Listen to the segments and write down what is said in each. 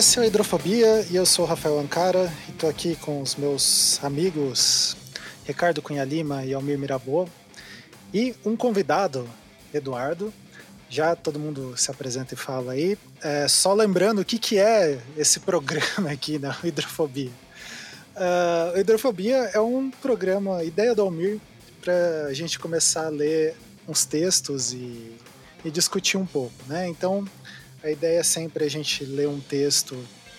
Esse é o Hidrofobia e eu sou o Rafael Ancara e estou aqui com os meus amigos Ricardo Cunha Lima e Almir Miraboa e um convidado, Eduardo. Já todo mundo se apresenta e fala aí. Só lembrando o que é esse programa aqui na Hidrofobia. O Hidrofobia é um programa, ideia do Almir, para a gente começar a ler uns textos e discutir um pouco, né? Então, a ideia é sempre a gente ler um texto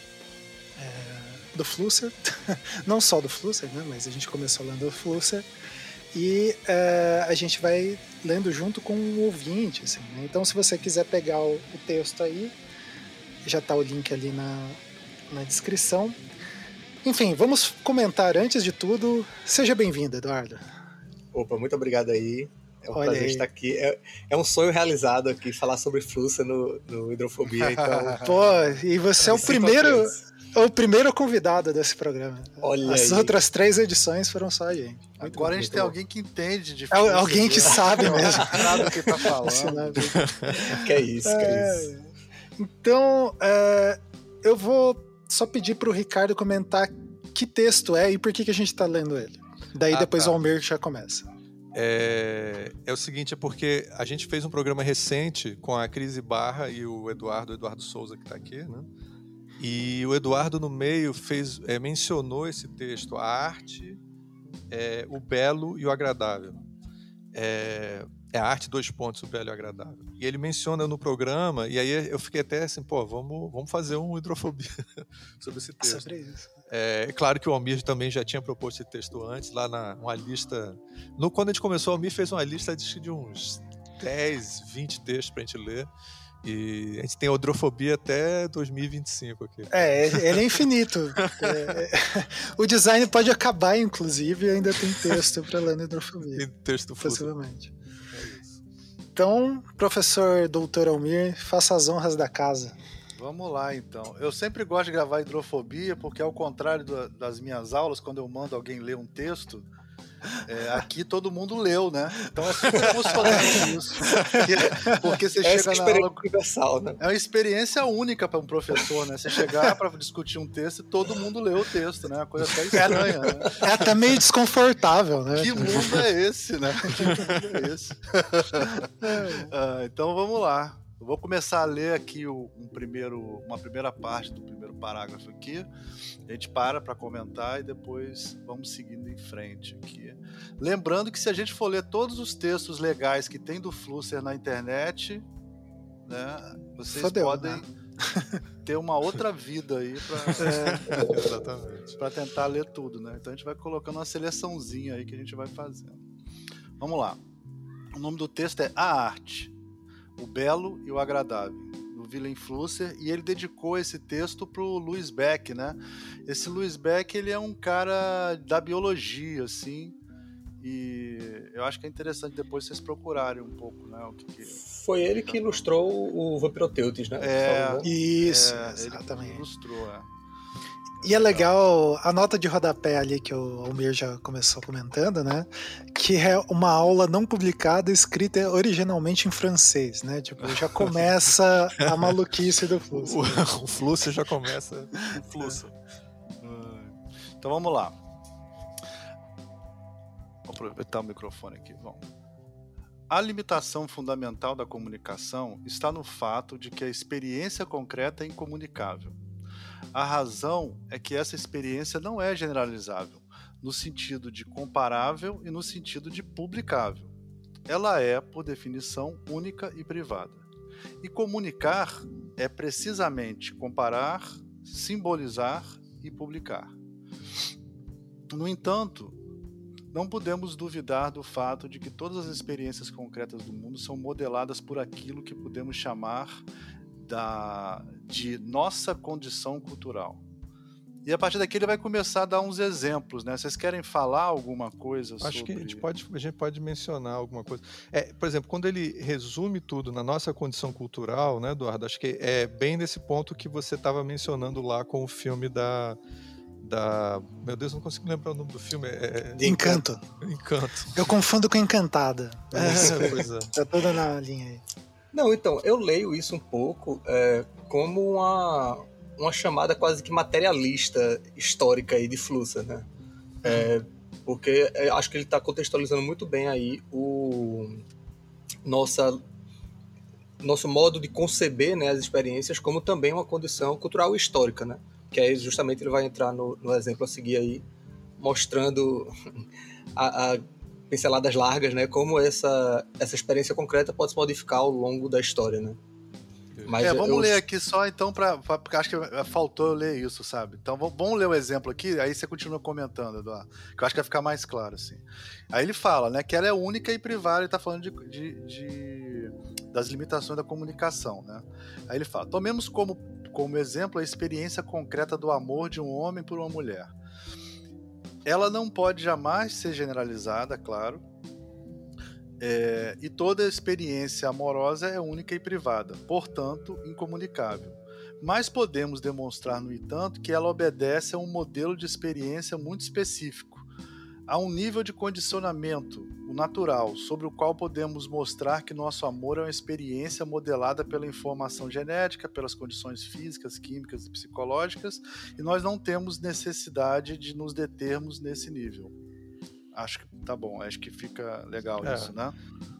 do Flusser, não só do Flusser, né? Mas a gente começou lendo do Flusser e a gente vai lendo junto com o ouvinte, assim, né? Então, se você quiser pegar o texto aí, já está o link ali na descrição. Enfim, vamos comentar antes de tudo. Seja bem-vindo, Eduardo. Opa, muito obrigado aí. É um Olha prazer aí. estar aqui. É um sonho realizado aqui, falar sobre Flusser no Hidrofobia. Então, pô, e você é o primeiro convidado desse programa. Olha As aí. outras 3 edições foram só a gente. Muito Agora bom. a gente tem alguém que entende de Flusser. Alguém que sabe mesmo. Sabe o que tá falando. Que é isso. Então, eu vou só pedir pro Ricardo comentar que texto é e por que a gente tá lendo ele. Daí depois o Almir já começa. É o seguinte, é porque a gente fez um programa recente com a Cris Barra e o Eduardo Souza, que está aqui, né? E o Eduardo, no meio, mencionou esse texto, a arte, o belo e o agradável. A arte, 2 pontos, o belo e o agradável. E ele menciona no programa, e aí eu fiquei até assim, vamos fazer um Hidrofobia sobre esse texto. Sobre isso. É claro que o Almir também já tinha proposto esse texto antes, lá uma lista... Quando a gente começou, o Almir fez uma lista de uns 10, 20 textos pra gente ler. E a gente tem Hidrofobia até 2025 aqui. Ele é infinito. O design pode acabar, inclusive, e ainda tem texto para ler no Hidrofobia. Tem texto possivelmente. É isso. Então, professor Dr. Almir, faça as honras da casa. Vamos lá, então. Eu sempre gosto de gravar Hidrofobia, porque ao contrário das minhas aulas, quando eu mando alguém ler um texto, aqui todo mundo leu, né? Então é super emocionante isso. Porque você chega na aula... universal, né? É uma experiência única para um professor, né? Você chegar para discutir um texto e todo mundo leu o texto, né? Uma coisa até estranha, né? É até meio desconfortável, né? Que mundo é esse, né? Que mundo é esse? Então vamos lá. Eu vou começar a ler aqui uma primeira parte do primeiro parágrafo aqui. A gente para comentar e depois vamos seguindo em frente aqui. Lembrando que se a gente for ler todos os textos legais que tem do Flusser na internet, né, vocês podem ter uma outra vida aí para tentar ler tudo, né? Então a gente vai colocando uma seleçãozinha aí que a gente vai fazendo. Vamos lá. O nome do texto é A Arte, o Belo e o Agradável, do Wilhelm Flusser, e ele dedicou esse texto pro Louis Beck, né? Esse Louis Beck, ele é um cara da biologia, assim, e eu acho que é interessante depois vocês procurarem um pouco, né? Foi ele que ilustrou o Vampiroteutis, né? Isso, exatamente. Ele ilustrou, E é legal a nota de rodapé ali que o Almir já começou comentando, né? Que é uma aula não publicada escrita originalmente em francês, né? Tipo, já começa a maluquice do Flusser. O Flusser já começa o Flusser. Então vamos lá. Vou aproveitar o microfone aqui. Vamos. A limitação fundamental da comunicação está no fato de que a experiência concreta é incomunicável. A razão é que essa experiência não é generalizável, no sentido de comparável e no sentido de publicável. Ela é, por definição, única e privada. E comunicar é precisamente comparar, simbolizar e publicar. No entanto, não podemos duvidar do fato de que todas as experiências concretas do mundo são modeladas por aquilo que podemos chamar de nossa condição cultural. E a partir daqui ele vai começar a dar uns exemplos, né? Vocês querem falar alguma coisa sobre... Acho que a gente pode mencionar alguma coisa. Por exemplo, quando ele resume tudo na nossa condição cultural, né, Eduardo? Acho que é bem nesse ponto que você estava mencionando lá com o filme Meu Deus, não consigo lembrar o nome do filme. De Encanto. Encanto. Eu confundo com Encantada. Pois é. Tá toda na linha aí. Não, então, eu leio isso um pouco como uma chamada quase que materialista histórica aí de Flusser, né? Porque acho que ele está contextualizando muito bem aí nosso modo de conceber, né, as experiências como também uma condição cultural e histórica, né? Que aí justamente ele vai entrar no exemplo a seguir aí, mostrando a pinceladas largas, né, como essa experiência concreta pode se modificar ao longo da história, né? Mas vamos ler aqui só então, porque acho que faltou eu ler isso, sabe? Então vamos ler o exemplo aqui, aí você continua comentando, Eduardo, que eu acho que vai ficar mais claro, assim. Aí ele fala, né, que ela é única e privada, ele tá falando das limitações da comunicação, né? Aí ele fala, tomemos como exemplo a experiência concreta do amor de um homem por uma mulher. Ela não pode jamais ser generalizada, claro, e toda experiência amorosa é única e privada, portanto, incomunicável. Mas podemos demonstrar, no entanto, que ela obedece a um modelo de experiência muito específico, a um nível de condicionamento, o natural, sobre o qual podemos mostrar que nosso amor é uma experiência modelada pela informação genética, pelas condições físicas, químicas e psicológicas, e nós não temos necessidade de nos determos nesse nível. Acho que tá bom, acho que fica legal isso, né?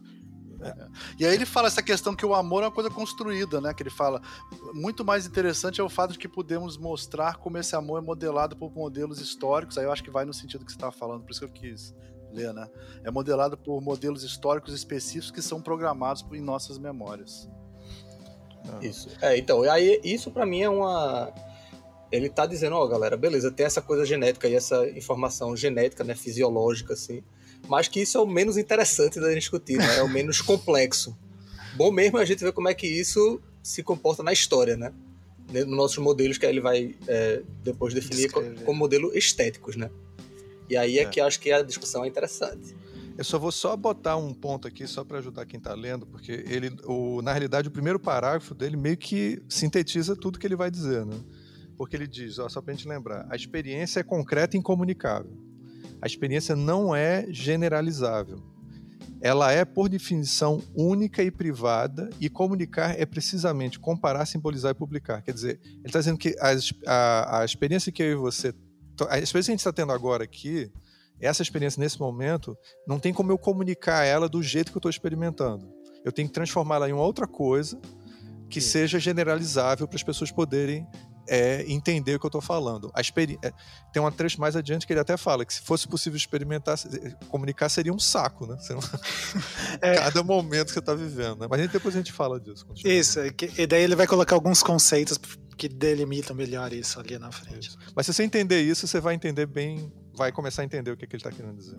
E aí ele fala essa questão que o amor é uma coisa construída, né? Que ele fala, muito mais interessante é o fato de que podemos mostrar como esse amor é modelado por modelos históricos. Aí eu acho que vai no sentido que você estava falando, por isso que eu quis ler, né? É modelado por modelos históricos específicos que são programados em nossas memórias. Isso. Então, aí isso pra mim é uma... Ele tá dizendo, galera, beleza, tem essa coisa genética e essa informação genética, né, fisiológica, assim, mas que isso é o menos interessante da gente discutir, né? É o menos complexo. Bom mesmo a gente ver como é que isso se comporta na história, né? Nos nossos modelos que aí ele vai depois definir como modelo estéticos, né? E aí é que eu acho que a discussão é interessante. Eu só vou botar um ponto aqui, só para ajudar quem está lendo, porque na realidade, o primeiro parágrafo dele meio que sintetiza tudo que ele vai dizer, né? Porque ele diz, só para a gente lembrar, a experiência é concreta e incomunicável. A experiência não é generalizável. Ela é, por definição, única e privada, e comunicar é precisamente comparar, simbolizar e publicar. Quer dizer, ele está dizendo que a experiência que eu e você... A experiência que a gente está tendo agora aqui, essa experiência nesse momento, não tem como eu comunicar ela do jeito que eu estou experimentando. Eu tenho que transformá-la em uma outra coisa que seja generalizável para as pessoas poderem entender o que eu estou falando. Tem um trecho mais adiante que ele até fala que se fosse possível comunicar seria um saco, né? Cada momento que você está vivendo, né? Mas depois a gente fala disso. Isso, e daí ele vai colocar alguns conceitos que delimitam melhor isso ali na frente. Isso. Mas se você entender isso, você vai entender bem, vai começar a entender o que ele está querendo dizer.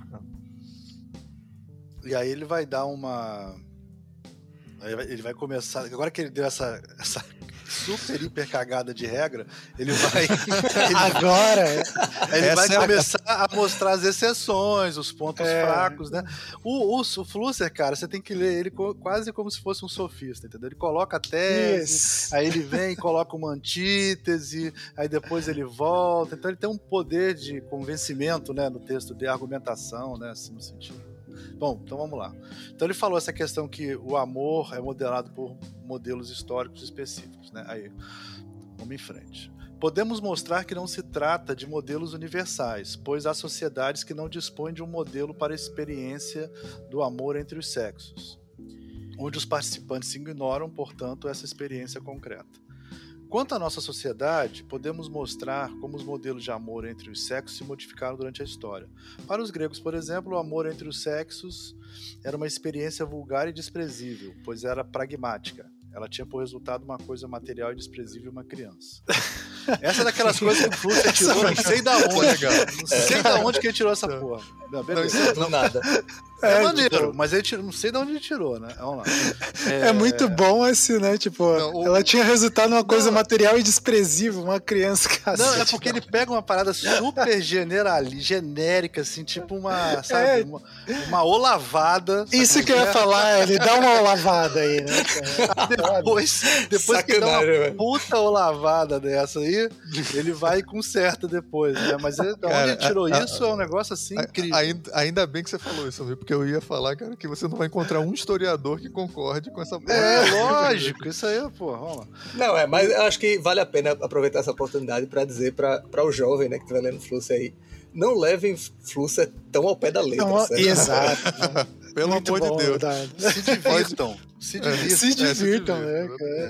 E aí ele vai dar uma... Ele vai começar... Agora que ele deu essa super hiper cagada de regra, ele vai... Agora! Ele vai começar a mostrar as exceções, os pontos fracos, né? O Flusser, cara, você tem que ler ele quase como se fosse um sofista, entendeu? Ele coloca a tese, aí ele vem e coloca uma antítese, aí depois ele volta. Então ele tem um poder de convencimento, né, no texto de argumentação, né, assim, no sentido. Bom, então vamos lá. Então ele falou essa questão que o amor é modelado por modelos históricos específicos, né? Aí, vamos em frente. Podemos mostrar que não se trata de modelos universais, pois há sociedades que não dispõem de um modelo para a experiência do amor entre os sexos, onde os participantes ignoram, portanto, essa experiência concreta. Quanto à nossa sociedade, podemos mostrar como os modelos de amor entre os sexos se modificaram durante a história. Para os gregos, por exemplo, o amor entre os sexos era uma experiência vulgar e desprezível, pois era pragmática. Ela tinha por resultado uma coisa material e desprezível uma criança. Essa é daquelas coisas que o Flusser tirou, não sei da onde. Não sei da onde que ele tirou essa porra. Não, nada. É maneiro, mas ele não sei de onde ele tirou, né? Vamos lá. É muito bom esse, né? Tipo, ela tinha resultado numa coisa material e desprezível, uma criança, cara. Não, é porque ele pega uma parada super genérica, assim, tipo uma, sabe, uma olavada. Isso que eu ia falar, ele dá uma olavada aí, né? Depois que dá uma puta olavada dessa aí, ele vai e conserta depois, né? Mas de onde ele tirou isso é um negócio assim incrível. Ainda bem que você falou isso, viu? Porque eu ia falar, cara, que você não vai encontrar um historiador que concorde com essa porra. Lógico, isso aí, pô, vamos lá. Não, mas eu acho que vale a pena aproveitar essa oportunidade para dizer para o jovem, né, que estiver lendo Flusser aí, não levem Flusser tão ao pé da letra. Exato. Pelo Muito amor bom, de Deus. verdade. Se divirtam. Se divirtam. Se divirtam, né,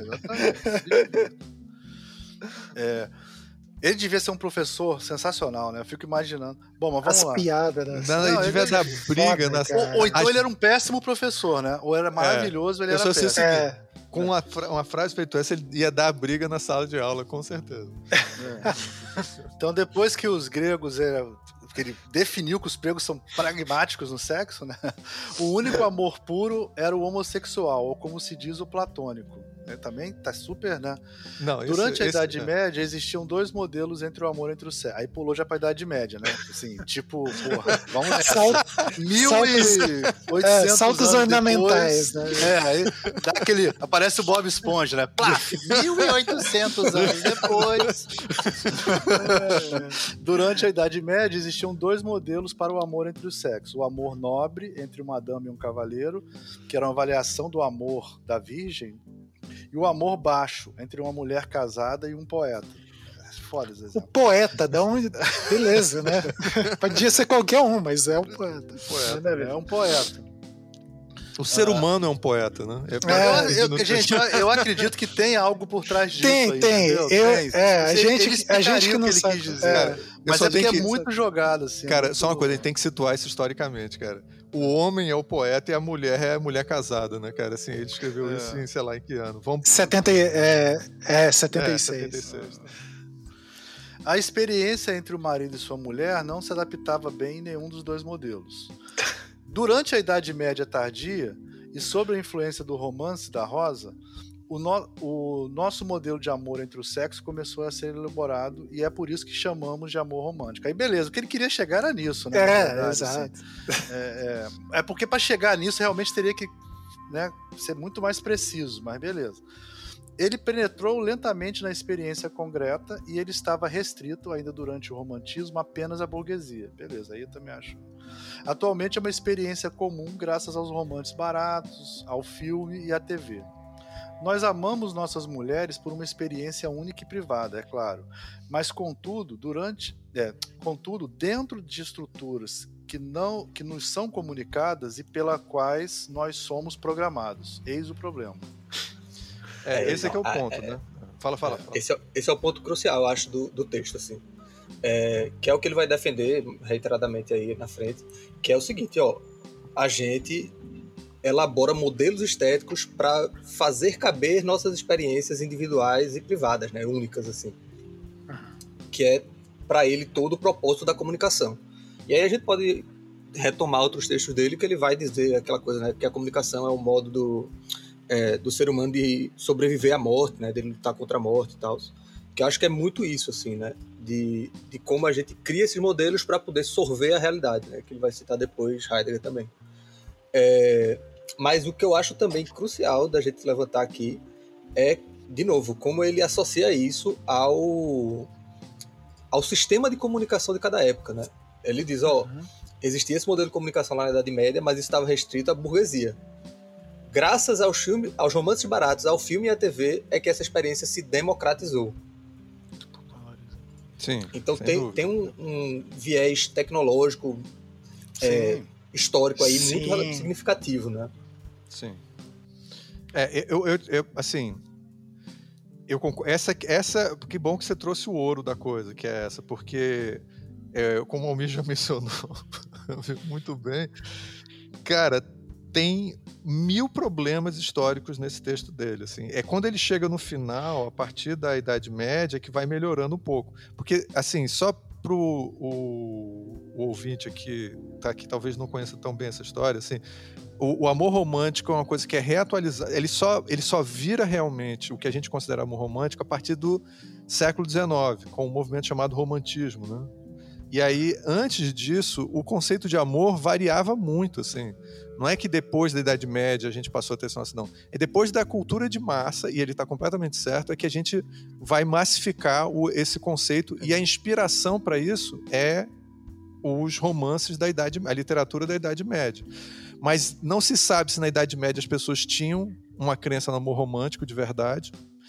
cara? Ele devia ser um professor sensacional, né? Eu fico imaginando. Bom, mas vamos As lá. piadas, né? Não, ele devia dar briga nas... Ou então ele era um péssimo professor, né? Ou era maravilhoso, ele era péssimo. Com uma frase feita essa, ele ia dar briga na sala de aula, com certeza. Então, depois que os gregos que ele definiu que os gregos são pragmáticos no sexo, né? O único amor puro era o homossexual, ou como se diz, o platônico. Também tá super, né? Não, Durante a Idade Média, existiam 2 modelos entre o amor entre o sexo. Aí pulou já pra Idade Média, né? Assim, tipo, porra, vamos nessa. 1800 saltos ornamentais, depois, né? Aí dá aquele... Aparece o Bob Esponja, né? Plaf! 1800 anos depois. Durante a Idade Média, existiam 2 modelos para o amor entre o sexos. O amor nobre, entre uma dama e um cavaleiro, que era uma avaliação do amor da virgem, e o amor baixo, entre uma mulher casada e um poeta. Foda esse exemplo. O poeta, dá um... Beleza, né? Podia ser qualquer um, mas é um poeta. É um poeta. O ser humano é um poeta, né? Gente, eu acredito que tem algo por trás disso. Tem. A gente que não sabe. Mas é porque é muito jogado, assim. Cara, só uma coisa, a gente tem que situar isso historicamente, cara. O homem é o poeta e a mulher é a mulher casada, né, cara? Assim, ele escreveu isso em, sei lá, em que ano? 76. 76. A experiência entre o marido e sua mulher não se adaptava bem em nenhum dos 2 modelos. Durante a Idade Média tardia, e sob a influência do romance da Rosa, o nosso modelo de amor entre o sexos começou a ser elaborado, e é por isso que chamamos de amor romântico. Aí beleza, o que ele queria chegar era nisso, né? Verdade, exato. Assim. É porque para chegar nisso realmente teria que, né, ser muito mais preciso, mas beleza. Ele penetrou lentamente na experiência concreta e ele estava restrito, ainda durante o romantismo, apenas à burguesia. Beleza, aí eu também acho. Atualmente é uma experiência comum graças aos romances baratos, ao filme e à TV. Nós amamos nossas mulheres por uma experiência única e privada, é claro, mas contudo, dentro de estruturas que nos são comunicadas e pelas quais nós somos programados. Eis o problema. Esse é que é o ponto, né? Fala. Esse é o ponto crucial, eu acho, do texto, assim. Que é o que ele vai defender reiteradamente aí na frente, que é o seguinte, ó, a gente elabora modelos estéticos para fazer caber nossas experiências individuais e privadas, né, únicas, assim, que é para ele todo o propósito da comunicação. E aí a gente pode retomar outros textos dele, que ele vai dizer aquela coisa, né, que a comunicação é o modo do ser humano de sobreviver à morte, né, de lutar contra a morte e tal, que eu acho que é muito isso, assim, né, de como a gente cria esses modelos para poder sorver a realidade, né, que ele vai citar depois Heidegger também. Mas o que eu acho também crucial da gente levantar aqui é, de novo, como ele associa isso ao sistema de comunicação de cada época, né? Ele diz, existia esse modelo de comunicação lá na Idade Média, mas isso estava restrito à burguesia. Graças aos romances baratos, ao filme e à TV, é que essa experiência se democratizou. Sim, então tem um viés tecnológico, histórico aí, muito significativo, né? Sim. Assim, eu concordo. Essa, que bom que você trouxe o ouro da coisa, que é essa, porque, como o Almir já mencionou muito bem, cara, tem 1000 problemas históricos nesse texto dele, assim. É quando ele chega no final, a partir da Idade Média, que vai melhorando um pouco. Porque, assim, só pro o ouvinte aqui, tá, que talvez não conheça tão bem essa história, assim, o amor romântico é uma coisa que é reatualizada, ele só vira realmente o que a gente considera amor romântico a partir do século XIX, com um movimento chamado romantismo, né? E aí, antes disso, o conceito de amor variava muito, assim. Não é que depois da Idade Média a gente passou a ter isso, não. É depois da cultura de massa, e ele está completamente certo, é que a gente vai massificar esse conceito, e a inspiração para isso é os romances a literatura da Idade Média. Mas não se sabe se na Idade Média as pessoas tinham uma crença no amor romântico de verdade.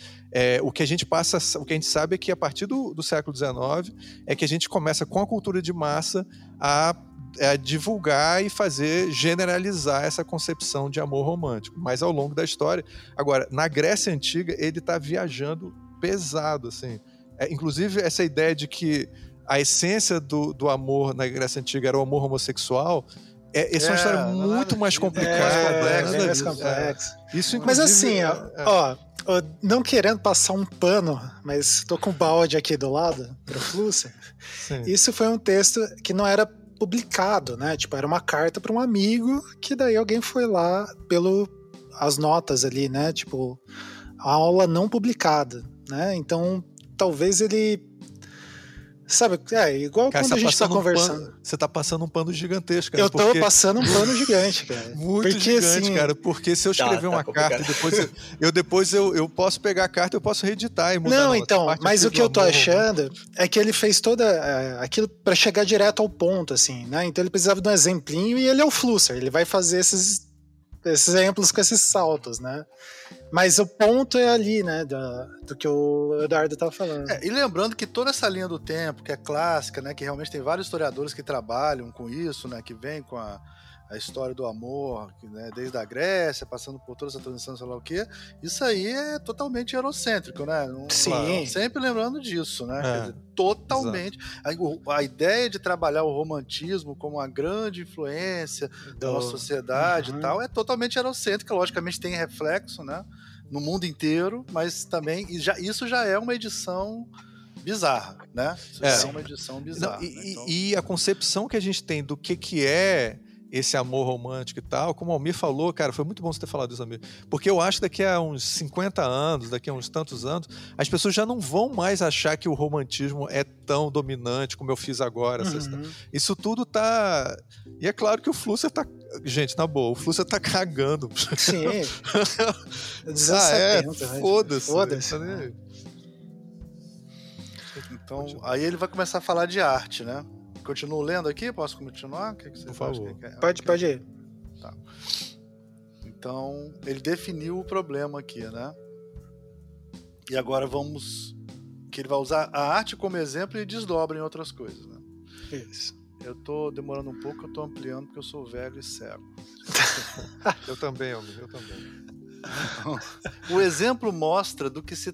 O que a gente sabe é que a partir do século XIX é que a gente começa com a cultura de massa a divulgar e generalizar essa concepção de amor romântico. Mas ao longo da história, agora, na Grécia Antiga, ele está viajando pesado, assim. Inclusive, essa ideia de que a essência do amor na Grécia Antiga era o amor homossexual, essa é uma história muito mais complicada. Mais complexa. Isso, mas assim, ó, não querendo passar um pano, mas tô com o balde aqui do lado pro Flusser. Isso foi um texto que não era publicado, né? Tipo, era uma carta para um amigo que daí alguém foi lá as notas ali, né? Tipo, a aula não publicada, né? Então, talvez ele... Sabe, igual cara, quando a gente tá conversando. Você tá passando um pano gigantesco, cara. Eu tô passando um pano gigante, cara. Muito gigante, assim, cara. Porque se eu escrever uma carta, depois eu posso pegar a carta, eu posso reeditar e mudar. Não, então, mas o que eu tô achando é que ele fez toda aquilo pra chegar direto ao ponto, assim, né? Então ele precisava de um exemplinho e ele é o Flusser. Ele vai fazer esses exemplos com esses saltos, né? Mas o ponto é ali, né, do que o Eduardo estava falando. E lembrando que toda essa linha do tempo, que é clássica, né, que realmente tem vários historiadores que trabalham com isso, né, que vem com a história do amor, né, desde a Grécia, passando por toda essa transição, sei lá o quê, isso aí é totalmente eurocêntrico, né? Sim. Sempre lembrando disso, né? Quer dizer, totalmente. A ideia de trabalhar o romantismo como uma grande influência da nossa sociedade e tal é totalmente eurocêntrica, logicamente tem reflexo, né, no mundo inteiro, mas também isso já é uma edição bizarra, né? Isso já é uma edição bizarra. E a concepção que a gente tem do que é esse amor romântico e tal, como o Almir falou, cara, foi muito bom você ter falado isso, Almir, porque eu acho que daqui a uns 50 anos, daqui a uns tantos anos, as pessoas já não vão mais achar que o romantismo é tão dominante como eu fiz agora. Isso tudo tá... E é claro que o Flusser tá... Gente, na boa, o Flusser tá cagando. Sim. 17, foda-se. Então, aí ele vai começar a falar de arte, né? Continuo lendo aqui? Posso continuar? O que você Por favor. Pode ir. Tá. Então, ele definiu o problema aqui, né? E agora que ele vai usar a arte como exemplo e desdobra em outras coisas, né? Isso. Eu tô demorando um pouco, eu tô ampliando porque eu sou velho e cego. Eu também, Almir, eu também. O exemplo mostra do que se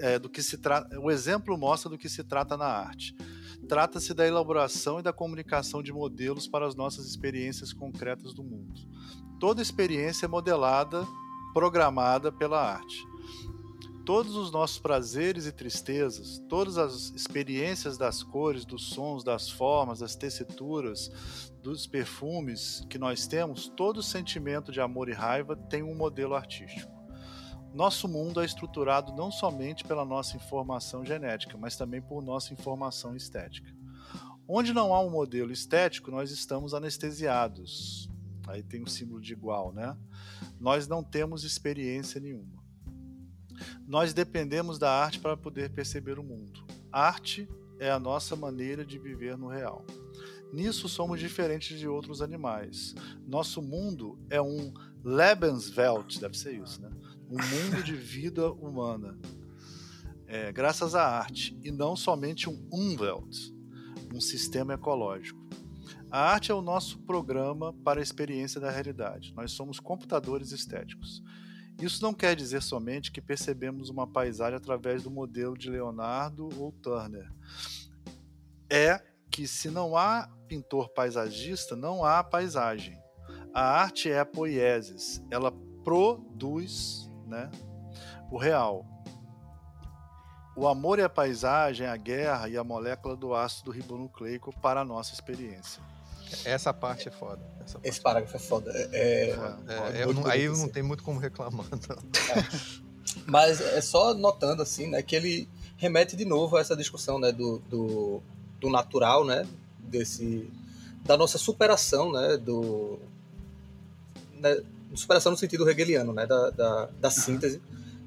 trata na arte. Trata-se da elaboração e da comunicação de modelos para as nossas experiências concretas do mundo. Toda experiência é modelada, programada pela arte. Todos os nossos prazeres e tristezas, todas as experiências das cores, dos sons, das formas, das tessituras, dos perfumes que nós temos, todo sentimento de amor e raiva tem um modelo artístico. Nosso mundo é estruturado não somente pela nossa informação genética, mas também por nossa informação estética. Onde não há um modelo estético, nós estamos anestesiados. Aí tem um símbolo de igual, né? Nós não temos experiência nenhuma. Nós dependemos da arte para poder perceber o mundo. Arte é a nossa maneira de viver no real. Nisso somos diferentes de outros animais. Nosso mundo é um Lebenswelt, deve ser isso, né? Um mundo de vida humana, graças à arte, e não somente um Umwelt, um sistema ecológico. A arte é o nosso programa para a experiência da realidade. Nós somos computadores estéticos. Isso não quer dizer somente que percebemos uma paisagem através do modelo de Leonardo ou Turner. É que se não há pintor paisagista, não há paisagem. A arte é a poiesis, ela produz, né, o real. O amor e a paisagem, a guerra e a molécula do ácido ribonucleico para a nossa experiência. Essa parte é foda. Esse parágrafo é foda. Aí não tem muito como reclamar. Mas é só notando assim, né, que ele remete de novo a essa discussão, né, do natural, né, da nossa superação, né, superação no sentido hegeliano, né, da síntese,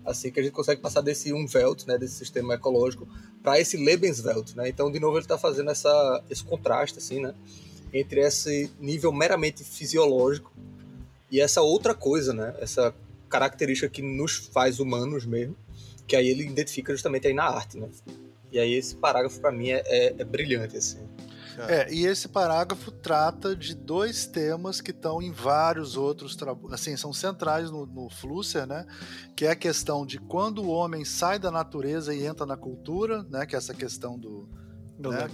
assim que a gente consegue passar desse Umwelt, né, desse sistema ecológico, para esse Lebenswelt, né? Então, de novo, ele está fazendo esse contraste, assim, né, entre esse nível meramente fisiológico e essa outra coisa, né, essa característica que nos faz humanos mesmo, que aí ele identifica justamente aí na arte, né? E aí esse parágrafo, para mim, é brilhante, assim. E esse parágrafo trata de 2 temas que estão em vários outros assim, são centrais no Flusser, né? Que é a questão de quando o homem sai da natureza e entra na cultura, né? Que é essa questão do né?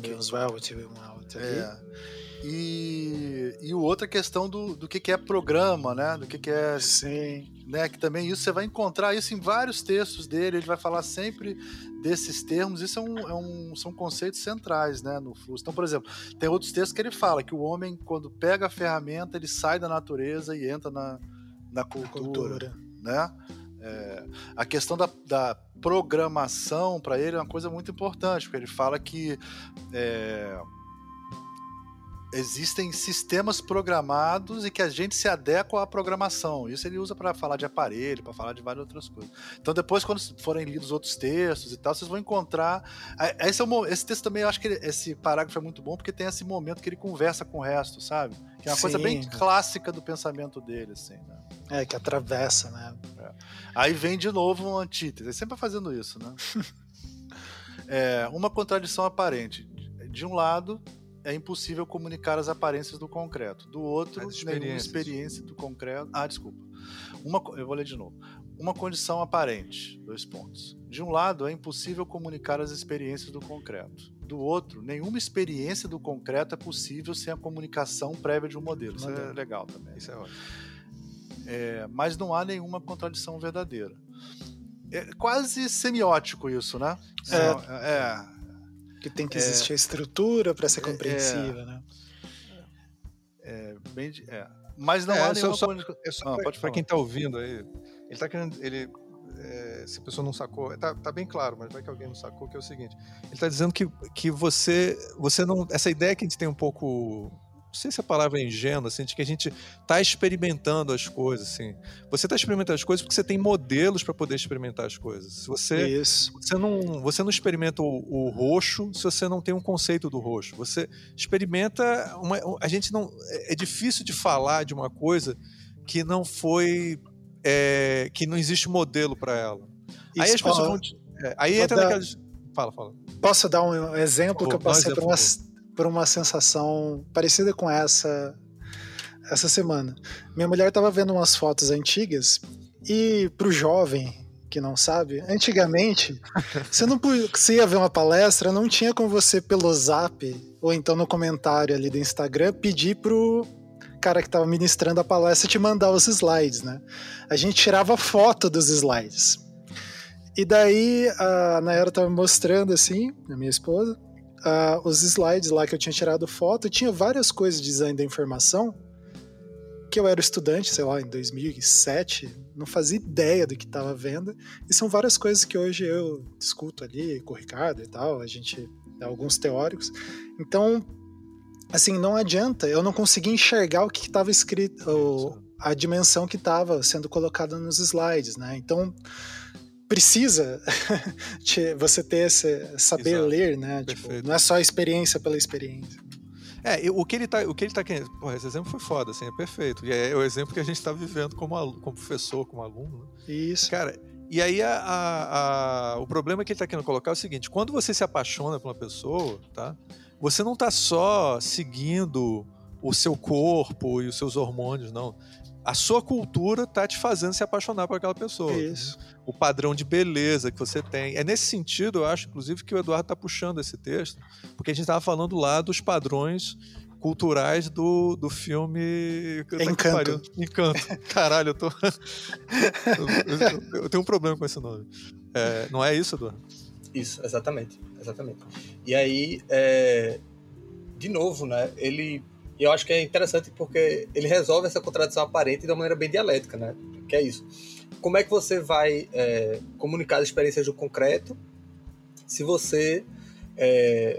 E outra questão do que é programa, né? Do que é... Sim. Né, que também isso você vai encontrar isso em vários textos dele, ele vai falar sempre desses termos, isso são conceitos centrais, né, no fluxo. Então, por exemplo, tem outros textos que ele fala que o homem, quando pega a ferramenta, ele sai da natureza e entra na cultura. Né? A questão da programação, para ele, é uma coisa muito importante, porque ele fala que existem sistemas programados e que a gente se adequa à programação. Isso ele usa para falar de aparelho, para falar de várias outras coisas. Então depois, quando forem lidos outros textos e tal, vocês vão encontrar... Esse texto também, eu acho que esse parágrafo é muito bom, porque tem esse momento que ele conversa com o resto, sabe? Que é uma coisa bem clássica do pensamento dele, assim, né? Que atravessa, né? Aí vem de novo um antítese. Ele sempre fazendo isso, né? Uma contradição aparente. De um lado... é impossível comunicar as aparências do concreto. Do outro, nenhuma experiência do concreto... desculpa. Eu vou ler de novo. Uma condição aparente. 2 pontos. De um lado, é impossível comunicar as experiências do concreto. Do outro, nenhuma experiência do concreto é possível sem a comunicação prévia de um modelo. Isso é legal também. Isso é ótimo. Mas não há nenhuma contradição verdadeira. É quase semiótico isso, né? Que tem que existir a estrutura para ser compreensível, né? Mas não há nenhuma... Pode falar. Quem está ouvindo aí, ele está querendo... se a pessoa não sacou, tá bem claro, mas vai que alguém não sacou, que é o seguinte: ele está dizendo que você não... Essa ideia que a gente tem um pouco... Não sei se a palavra é ingênua, assim, de que a gente está experimentando as coisas, assim. Você está experimentando as coisas porque você tem modelos para poder experimentar as coisas. Se você não experimenta o roxo se você não tem um conceito do roxo. Você experimenta a gente não... É difícil de falar de uma coisa que não foi... que não existe modelo para ela. Isso, aí as pessoas vão... aí entra naquelas... Fala. Posso dar um exemplo que eu passei por uma sensação parecida com essa semana. Minha mulher estava vendo umas fotos antigas e, pro jovem que não sabe, antigamente você ia ver uma palestra, não tinha como você pelo Zap ou então no comentário ali do Instagram pedir pro cara que estava ministrando a palestra te mandar os slides, né? A gente tirava foto dos slides. E daí a Nayara estava me mostrando assim, a minha esposa, os slides lá que eu tinha tirado foto. Tinha várias coisas de design da informação que eu era estudante, sei lá, em 2007, não fazia ideia do que estava vendo, e são várias coisas que hoje eu discuto ali com o Ricardo e tal, alguns teóricos. Então, assim, não adianta, eu não consegui enxergar o que estava escrito, a dimensão que estava sendo colocada nos slides, né? Então, precisa você ter saber ler, né? Tipo, não é só a experiência pela experiência. O que ele tá querendo... Porra, esse exemplo foi foda, assim, é perfeito. E é o exemplo que a gente tá vivendo como professor, como aluno. Né? Isso. Cara, e aí o problema que ele tá querendo colocar é o seguinte: quando você se apaixona por uma pessoa, tá? Você não tá só seguindo o seu corpo e os seus hormônios, não. A sua cultura tá te fazendo se apaixonar por aquela pessoa. Isso. O padrão de beleza que você tem. É nesse sentido, eu acho, inclusive, que o Eduardo tá puxando esse texto, porque a gente tava falando lá dos padrões culturais do filme... Encanto. Encanto. Caralho, eu tenho um problema com esse nome. Não é isso, Eduardo? Isso, exatamente. E aí, de novo, né, eu acho que é interessante porque ele resolve essa contradição aparente de uma maneira bem dialética, né? Que é isso. Como é que você vai comunicar as experiências do concreto se você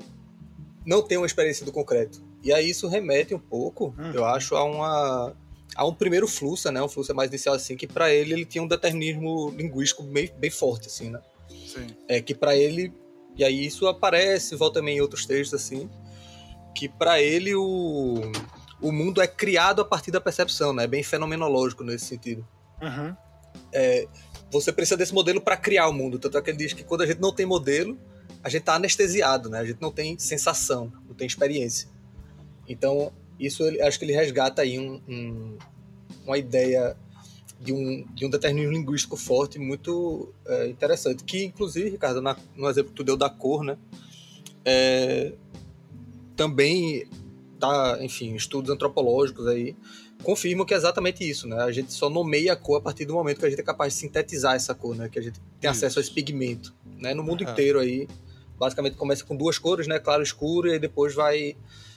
não tem uma experiência do concreto? E aí isso remete um pouco, eu acho, a há um primeiro fluxo, né? Um fluxo mais inicial, assim, que para ele tinha um determinismo linguístico bem forte, assim, né? Sim. Que para ele, e aí isso aparece, volta também em outros textos, assim, que para ele o mundo é criado a partir da percepção, né? É bem fenomenológico nesse sentido. Uhum. Você precisa desse modelo para criar o mundo. Tanto é que ele diz que quando a gente não tem modelo, a gente tá anestesiado, né? A gente não tem sensação, não tem experiência. Então, isso acho que ele resgata aí uma ideia de um determinismo linguístico forte, muito interessante. Que, inclusive, Ricardo, no exemplo que tu deu da cor, né? Também enfim, estudos antropológicos aí confirmam que é exatamente isso, né? A gente só nomeia a cor a partir do momento que a gente é capaz de sintetizar essa cor, né? Que a gente tem acesso a esse pigmento, né? No mundo inteiro aí, basicamente começa com 2 cores, né? Claro e escuro, e aí depois vai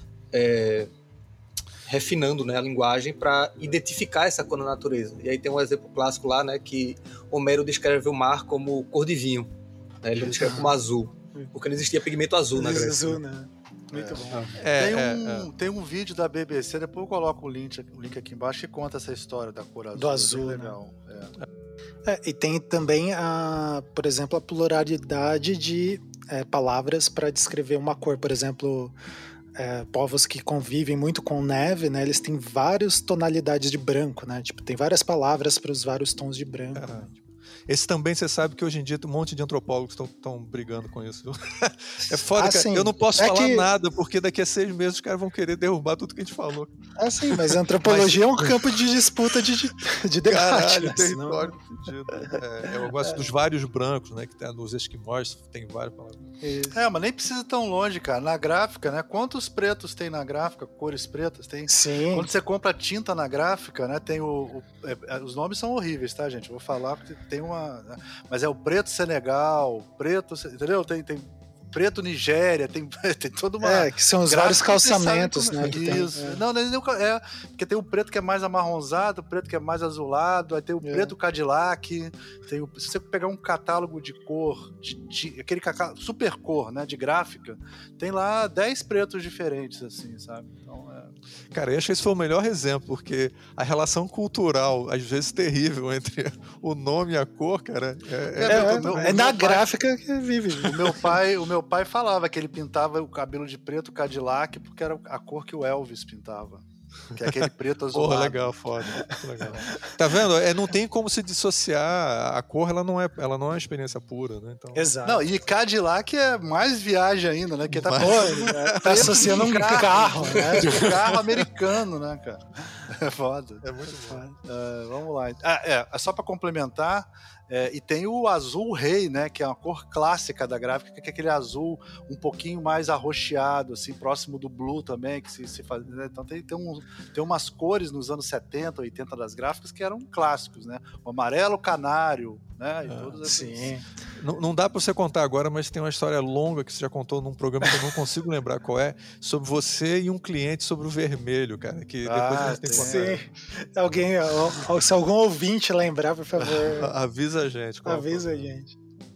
refinando, né, a linguagem para identificar essa cor na natureza. E aí tem um exemplo clássico lá, né? Que Homero descreve o mar como cor de vinho, né? Ele descreve como azul, porque não existia pigmento azul na Grécia. Azul, né? Muito bom. Tem um vídeo da BBC, depois eu coloco o link aqui embaixo, que conta essa história da cor azul. Do azul, legal. Né? E tem também, por exemplo, a pluralidade de palavras para descrever uma cor. Por exemplo, povos que convivem muito com neve, né? Eles têm várias tonalidades de branco, né? Tipo, tem várias palavras para os vários tons de branco. Né? Esse também, você sabe que hoje em dia um monte de antropólogos estão brigando com isso. É foda, cara. Sim. Eu não posso falar nada, porque daqui a 6 meses os caras vão querer derrubar tudo que a gente falou. Sim, mas a antropologia é um campo de disputa de debate. Caralho, né? território fudido. Eu gosto dos vários brancos, né? Que tem nos esquimós, tem várias palavras. Mas nem precisa tão longe, cara. Na gráfica, né? Quantos pretos tem na gráfica? Cores pretas? Tem. Sim. Quando você compra tinta na gráfica, né? Tem os nomes são horríveis, tá, gente? Eu vou falar porque tem mas é o preto Senegal, preto, entendeu? Tem preto Nigéria, tem toda uma... que são os vários calçamentos, né? Isso. Não, porque tem o preto que é mais amarronzado, o preto que é mais azulado, aí tem o preto Cadillac, se você pegar um catálogo de cor, aquele super cor, né, de gráfica, tem lá 10 pretos diferentes, assim, sabe? Então, Cara, eu acho que esse foi o melhor exemplo, porque a relação cultural, às vezes terrível, entre o nome e a cor, cara, na gráfica que vive. O meu pai falava que ele pintava o cabelo de preto Cadillac porque era a cor que o Elvis pintava. Que é aquele preto azulado. Porra, legal, foda. Legal. Tá vendo? Não tem como se dissociar. A cor, ela não é uma experiência pura, né? Então... Exato. Não, e Cadillac é mais viagem ainda, né? Que tá associando um carro, né? Um carro americano, né, cara? É foda. É muito foda. Vamos lá. É só pra complementar. E tem o azul rei, né? Que é uma cor clássica da gráfica, que é aquele azul um pouquinho mais arroxeado, assim, próximo do blue também, que se faz, né? Então tem umas cores nos anos 70, 80 das gráficas que eram clássicos, né? O amarelo canário, né? E todos sim. Não dá pra você contar agora, mas tem uma história longa que você já contou num programa que eu não consigo lembrar qual é, sobre você e um cliente sobre o vermelho, cara, que depois a gente tem que contar. Se algum ouvinte lembrar, por favor. Avisa a gente. Avisa a gente.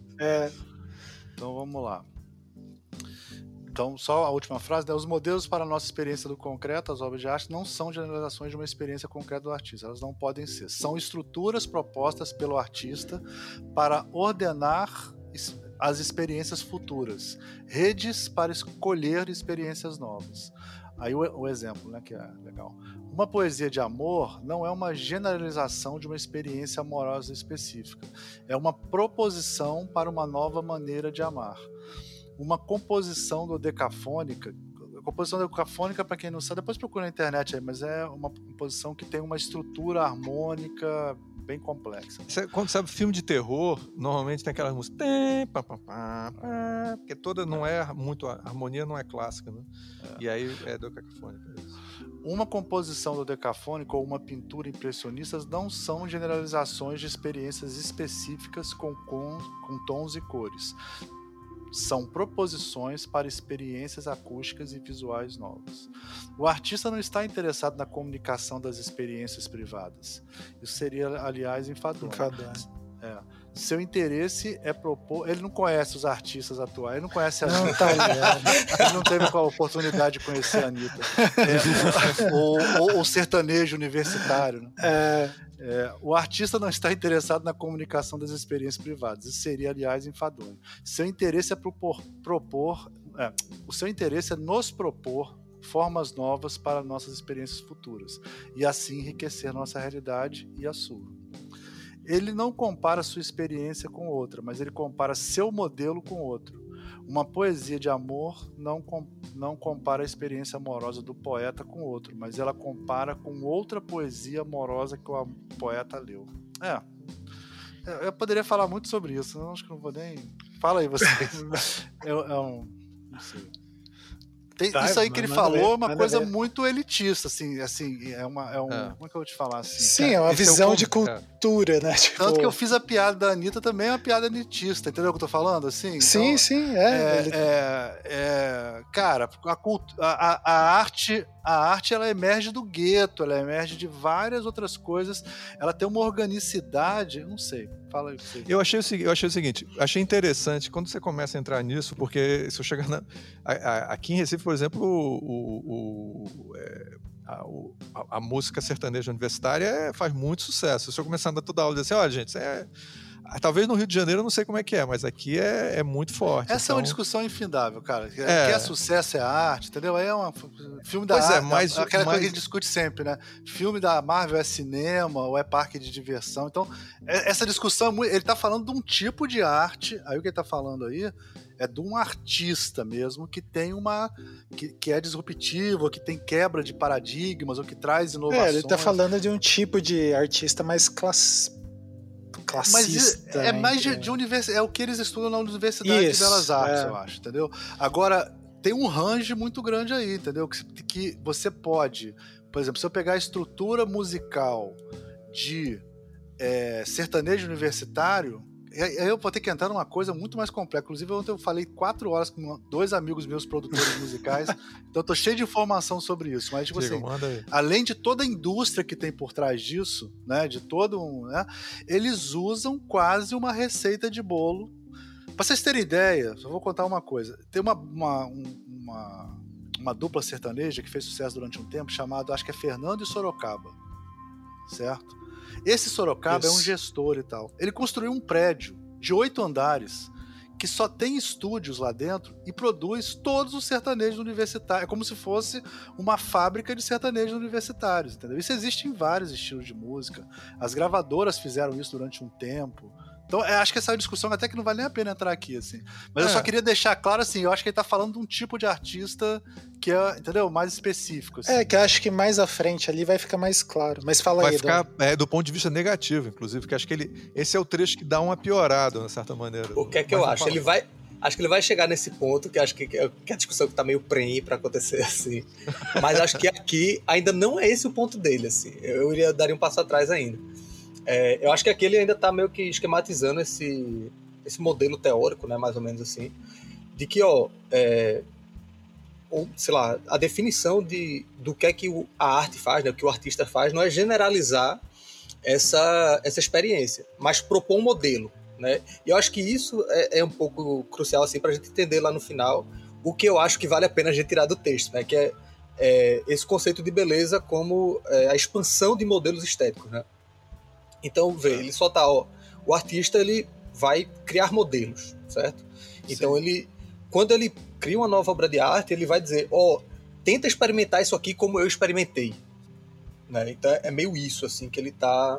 Então vamos lá. Então, só a última frase, né? Os modelos para a nossa experiência do concreto, as obras de arte, não são generalizações de uma experiência concreta do artista. Elas não podem ser. São estruturas propostas pelo artista para ordenar as experiências futuras. Redes para escolher experiências novas. Aí o exemplo, né, que é legal. Uma poesia de amor não é uma generalização de uma experiência amorosa específica. É uma proposição para uma nova maneira de amar. Uma composição dodecafônica. A composição dodecafônica, para quem não sabe, depois procura na internet aí, mas é uma composição que tem uma estrutura harmônica bem complexa. Quando sabe filme de terror, normalmente tem aquelas músicas, porque toda não é muito, a harmonia não é clássica, né? E aí é dodecafônica. Uma composição dodecafônica ou uma pintura impressionista não são generalizações de experiências específicas com tons e cores. São proposições para experiências acústicas e visuais novas. O artista não está interessado na comunicação das experiências privadas. Isso seria, aliás, enfadonho. seu interesse é propor... Ele não conhece os artistas atuais, ele não conhece a Não, Anitta. tá ligado. Ele não teve a oportunidade de conhecer a Anitta. O sertanejo universitário. Né? O artista não está interessado na comunicação das experiências privadas. Isso seria, aliás, enfadonho. Seu interesse é o seu interesse é nos propor formas novas para nossas experiências futuras e assim enriquecer nossa realidade e a sua. Ele não compara sua experiência com outra, mas ele compara seu modelo com outro. Uma poesia de amor não compara a experiência amorosa do poeta com outro, mas ela compara com outra poesia amorosa que o poeta leu. Eu poderia falar muito sobre isso, eu acho que não vou nem... Fala aí vocês. Não sei. Isso aí que ele falou é uma coisa muito elitista, assim, como é que eu vou te falar? Assim, sim, é uma visão de cultura, né? Tipo... Tanto que eu fiz a piada da Anitta também, é uma piada elitista, entendeu o que eu tô falando? Assim, sim, então, sim, cara, a arte ela emerge do gueto, ela emerge de várias outras coisas, ela tem uma organicidade, não sei, fala aí você. Eu achei o seguinte, achei interessante quando você começa a entrar nisso, porque se eu chegar aqui em Recife, por exemplo, a música sertaneja universitária faz muito sucesso. Se eu começar a dar toda a aula e dizer assim, olha, gente, talvez no Rio de Janeiro eu não sei como é que é, mas aqui é muito forte. Essa é uma discussão infindável, cara. Que é sucesso é arte, entendeu? Aí é um filme da arte, aquela coisa que a gente discute sempre, né? Filme da Marvel é cinema ou é parque de diversão. Então, essa discussão, ele tá falando de um tipo de arte, aí o que ele tá falando aí é de um artista mesmo que tem que é disruptivo, que tem quebra de paradigmas, ou que traz inovações. Ele tá falando de um tipo de artista mais classista. Mas é mais de universidade, é o que eles estudam na Universidade de Belas Artes, eu acho, entendeu? Agora, tem um range muito grande aí, entendeu? Que você pode, por exemplo, se eu pegar a estrutura musical de sertanejo universitário, eu vou ter que entrar numa coisa muito mais complexa. Inclusive, ontem eu falei 4 horas com 2 amigos meus produtores musicais, então eu tô cheio de informação sobre isso. Mas, tipo assim, além de toda a indústria que tem por trás disso, né, de todo né, eles usam quase uma receita de bolo. Pra vocês terem ideia, só vou contar uma coisa. Tem uma dupla sertaneja que fez sucesso durante um tempo, chamado, acho que é Fernando e Sorocaba, certo? Esse Sorocaba é um gestor e tal. Ele construiu um prédio de 8 andares que só tem estúdios lá dentro e produz todos os sertanejos universitários. É como se fosse uma fábrica de sertanejos universitários, entendeu? Isso existe em vários estilos de música. As gravadoras fizeram isso durante um tempo. Então, acho que essa é uma discussão até que não vale nem a pena entrar aqui, assim. Mas eu só queria deixar claro, assim, eu acho que ele tá falando de um tipo de artista que é, entendeu? Mais específico, assim. Que eu acho que mais à frente ali vai ficar mais claro. Mas fala vai aí, ficar do ponto de vista negativo, inclusive, porque acho que esse é o trecho que dá uma piorada, de certa maneira. O que é que eu acho? Acho que ele vai chegar nesse ponto, que acho que a discussão que tá meio prenhe pra acontecer, assim. Mas acho que aqui ainda não é esse o ponto dele, assim. Eu daria um passo atrás ainda. Eu acho que aqui ele ainda está meio que esquematizando esse modelo teórico, né, mais ou menos assim, de que, sei lá, a definição do que é que a arte faz, né, o que o artista faz, não é generalizar essa experiência, mas propor um modelo, né? E eu acho que isso é um pouco crucial assim, para a gente entender lá no final o que eu acho que vale a pena a gente tirar do texto, né, que é esse conceito de beleza como a expansão de modelos estéticos, né? Então, ele só tá, o artista ele vai criar modelos, certo? Então, quando ele cria uma nova obra de arte, ele vai dizer, tenta experimentar isso aqui como eu experimentei. Né? Então, é meio isso, assim, que ele tá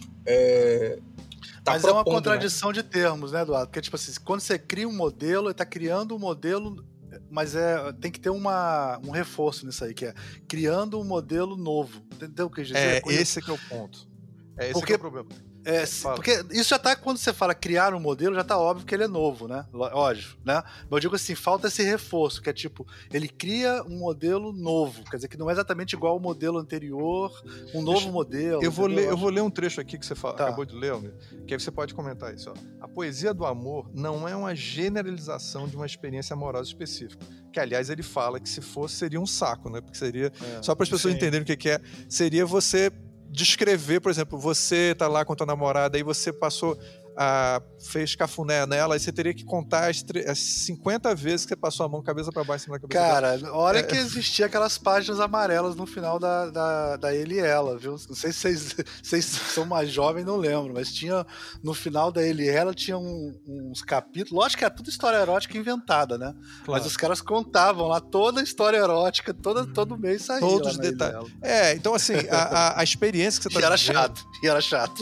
mas propondo, é uma contradição, né, de termos, né, Eduardo? Porque, tipo assim, quando você cria um modelo, ele tá criando um modelo, mas tem que ter um reforço nisso aí, que é criando um modelo novo. Entendeu o que eu quis dizer? Esse que é o ponto. Esse que é o problema. Porque isso já tá, quando você fala criar um modelo, já tá óbvio que ele é novo, né? Óbvio, né? Mas eu digo assim, falta esse reforço, que é tipo, ele cria um modelo novo, quer dizer, que não é exatamente igual ao modelo anterior, um novo modelo. Eu vou ler um trecho aqui que você acabou de ler, que aí você pode comentar isso. Ó. A poesia do amor não é uma generalização de uma experiência amorosa específica. Que, aliás, ele fala que se fosse, seria um saco, né? Porque seria, só para as pessoas entenderem o que é, seria você descrever, por exemplo, você tá lá com tua namorada e você passou fez cafuné nela, aí você teria que contar as 50 vezes que você passou a mão cabeça para baixo, cima da cabeça Cara, dela. olha que existia aquelas páginas amarelas no final da Ele e Ela, viu? Não sei se vocês são mais jovens, não lembro, mas tinha, no final da Ele e Ela, tinha uns capítulos, lógico que era tudo história erótica inventada, né? Claro. Mas os caras contavam lá toda a história erótica, todo mês saía. Todos os detalhes. Então assim, a experiência que você tá vivendo... E era chato.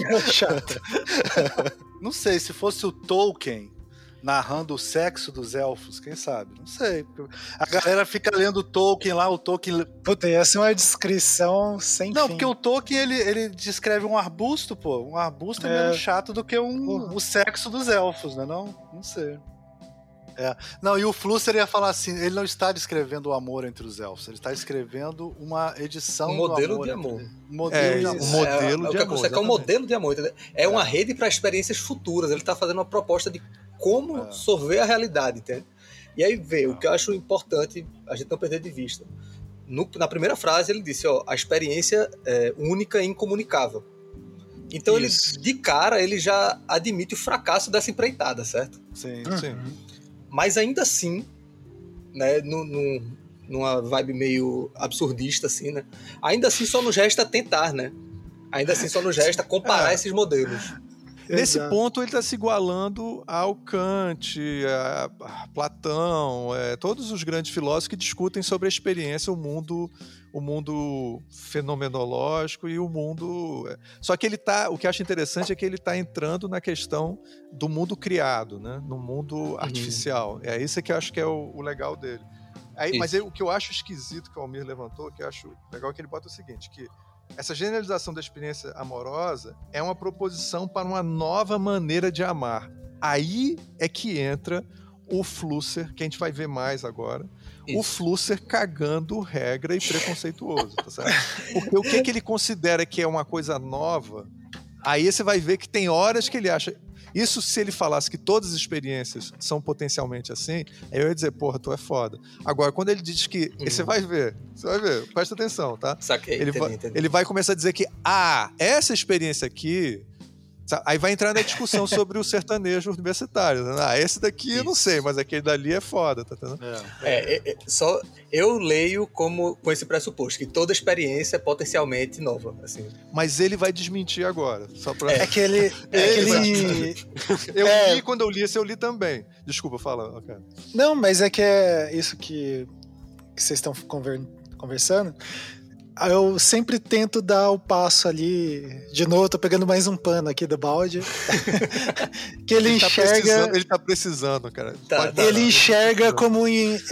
Não sei, se fosse o Tolkien narrando o sexo dos elfos, quem sabe? Não sei. A galera fica lendo o Tolkien lá, o Tolkien... Puta, ia ser uma descrição sem fim. Não, porque o Tolkien, ele descreve um arbusto, pô. Um arbusto é menos chato do que o sexo dos elfos, né? Não sei. Não, e o Flusser ia falar assim, ele não está descrevendo o amor entre os elfos, ele está escrevendo uma edição modelo do de amor. Um modelo de amor. É um modelo de amor, entendeu? É uma rede para experiências futuras, ele está fazendo uma proposta de como sorver a realidade, entende? E aí o que eu acho importante a gente não perder de vista. Na primeira frase ele disse, a experiência é única e incomunicável. Então ele, de cara, ele já admite o fracasso dessa empreitada, certo? Sim. Mas ainda assim, né, numa vibe meio absurdista, assim, né? Ainda assim só nos resta tentar, né? Ainda assim só nos resta comparar esses modelos. Nesse ponto ele está se igualando ao Kant, a Platão, todos os grandes filósofos que discutem sobre a experiência, o mundo fenomenológico e o mundo... Só que o que eu acho interessante é que ele está entrando na questão do mundo criado, né? No mundo artificial. É isso que eu acho que é o legal dele. Mas o que eu acho esquisito que o Almir levantou, que eu acho legal, é que ele bota o seguinte, que essa generalização da experiência amorosa é uma proposição para uma nova maneira de amar. Aí é que entra o Flusser, que a gente vai ver mais agora, o Flusser cagando regra e preconceituoso, tá certo? Porque o que ele considera que é uma coisa nova, aí você vai ver que tem horas que ele acha... Isso se ele falasse que todas as experiências são potencialmente assim, aí eu ia dizer, porra, tu é foda. Agora, quando ele diz que... Você vai ver, presta atenção, tá? Saquei, entendi. Ele vai começar a dizer que, essa experiência aqui... Aí vai entrar na discussão sobre o sertanejo universitário. Né? Esse daqui eu não sei, mas aquele dali é foda, tá entendendo? Só eu leio com esse pressuposto, que toda experiência é potencialmente nova. Assim. Mas ele vai desmentir agora. Só pra... É que ele... Eu li, quando eu li esse, eu li também. Desculpa, fala, cara. Não, mas é que é isso que vocês estão conversando. Eu sempre tento dar o passo ali. De novo, eu tô pegando mais um pano aqui do balde. Que ele enxerga. Ele tá precisando, cara. Ele enxerga como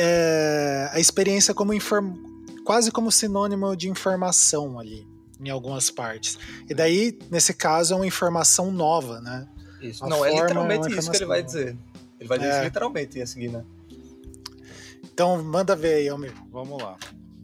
a experiência como quase como sinônimo de informação ali, em algumas partes. E daí, nesse caso, é uma informação nova, né? Isso. Não, é literalmente isso que ele vai dizer. Ele vai dizer isso literalmente a seguir, né? Então, manda ver aí, Almir. Vamos lá.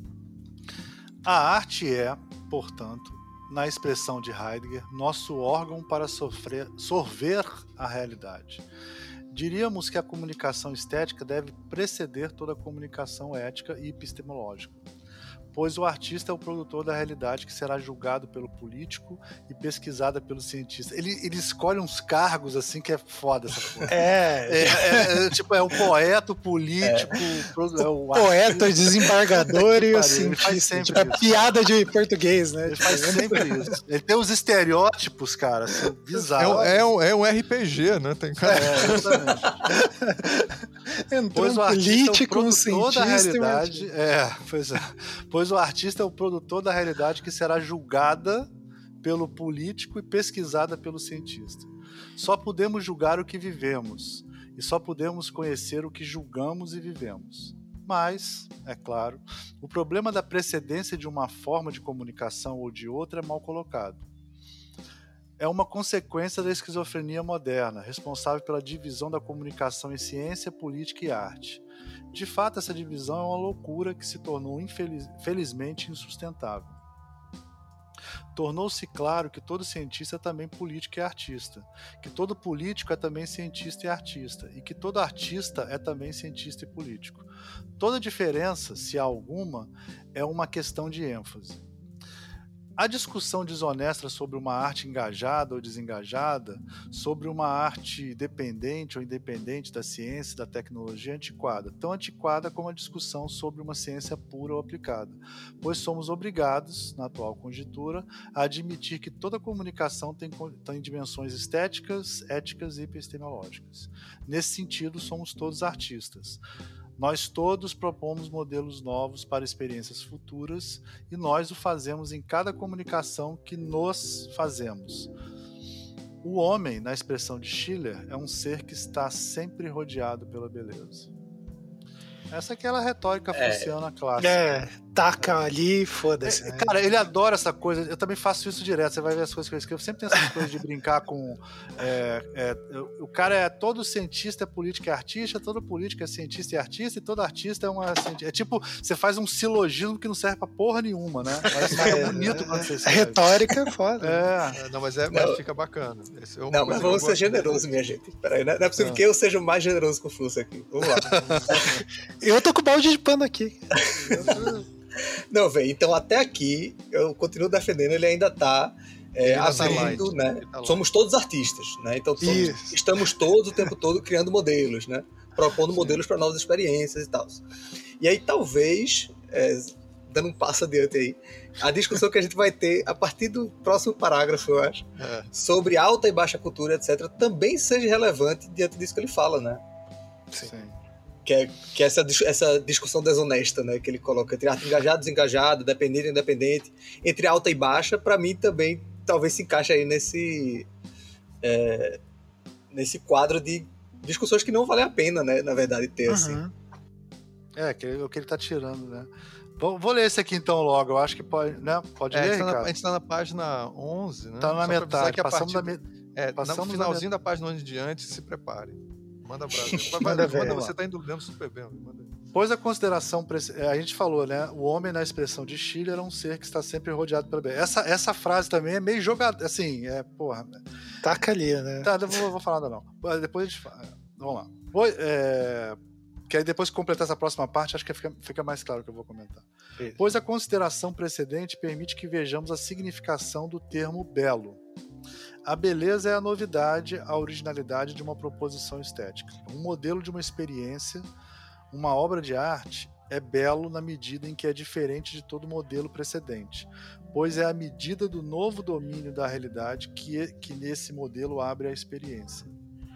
A arte é, portanto, na expressão de Heidegger, nosso órgão para sorver a realidade. Diríamos que a comunicação estética deve preceder toda a comunicação ética e epistemológica, pois o artista é o produtor da realidade que será julgado pelo político e pesquisada pelo cientista. Ele escolhe uns cargos assim que é foda essa porra. Tipo, é o poeta, o político, o poeta, o desembargador e o cientista. Tipo, é piada de português, né? Ele faz sempre isso. Ele tem os estereótipos, cara, assim, bizarros. É um RPG, né? Tem cara. Exatamente. Pois o político, um cientista. Da realidade, pois o artista é o produtor da realidade que será julgada pelo político e pesquisada pelo cientista. Só podemos julgar o que vivemos e só podemos conhecer o que julgamos e vivemos. Mas, é claro, o problema da precedência de uma forma de comunicação ou de outra é mal colocado. É uma consequência da esquizofrenia moderna, responsável pela divisão da comunicação em ciência, política e arte. De fato, essa divisão é uma loucura que se tornou, felizmente, insustentável. Tornou-se claro que todo cientista é também político e artista, que todo político é também cientista e artista, e que todo artista é também cientista e político. Toda diferença, se há alguma, é uma questão de ênfase. A discussão desonesta sobre uma arte engajada ou desengajada, sobre uma arte dependente ou independente da ciência e da tecnologia é antiquada, tão antiquada como a discussão sobre uma ciência pura ou aplicada, pois somos obrigados, na atual conjuntura, a admitir que toda comunicação tem dimensões estéticas, éticas e epistemológicas. Nesse sentido, somos todos artistas. Nós todos propomos modelos novos para experiências futuras e nós o fazemos em cada comunicação que nos fazemos. O homem, na expressão de Schiller, é um ser que está sempre rodeado pela beleza. Essa é aquela retórica fuciana clássica. Taca ali, foda-se. Né? Cara, ele adora essa coisa. Eu também faço isso direto. Você vai ver as coisas que eu escrevo. Sempre tem essas coisas de brincar com... o cara é todo cientista, é político, é artista. Todo político é cientista e artista. E todo artista é uma... É tipo, você faz um silogismo que não serve pra porra nenhuma, né? Parece que é bonito quando você escreve. Retórica é foda. Não, mas fica bacana. Não, mas vamos ser generosos, minha gente. Peraí, não é possível que eu seja o mais generoso com o Fluxo aqui. Vamos lá. Eu tô com balde de pano aqui. Não, velho, então até aqui eu continuo defendendo, ele ainda tá abrindo, né? Somos todos artistas, né? Então estamos todos o tempo todo criando modelos, né? Propondo modelos para novas experiências e tal. E aí talvez, dando um passo adiante aí, a discussão que a gente vai ter a partir do próximo parágrafo, eu acho, sobre alta e baixa cultura, etc., também seja relevante diante disso que ele fala, né? Sim. Que é essa discussão desonesta, né, que ele coloca entre arte engajada, desengajada, dependente e independente, entre alta e baixa, para mim também talvez se encaixe aí nesse quadro de discussões que não vale a pena, né, na verdade, ter assim. O que ele tá tirando, né? Vou ler esse aqui então logo, eu acho que pode, né? Pode ler, Ricardo? A gente tá na página 11, né? Tá na metade, passamos no finalzinho da página 11 em diante, se prepare. Manda abraço. Você tá indo lendo super bem. Pois a consideração... A gente falou, né? O homem, na expressão de Schiller, é um ser que está sempre rodeado pela beleza. Essa frase também é meio jogada, assim, porra... Taca ali, né? Tá, não vou falar nada não. Depois a gente fala. Vamos lá. Que aí depois que completar essa próxima parte, acho que fica mais claro o que eu vou comentar. Isso. Pois a consideração precedente permite que vejamos a significação do termo belo. A beleza é a novidade, a originalidade de uma proposição estética. Um modelo de uma experiência, uma obra de arte, é belo na medida em que é diferente de todo modelo precedente, pois é a medida do novo domínio da realidade que nesse modelo abre a experiência.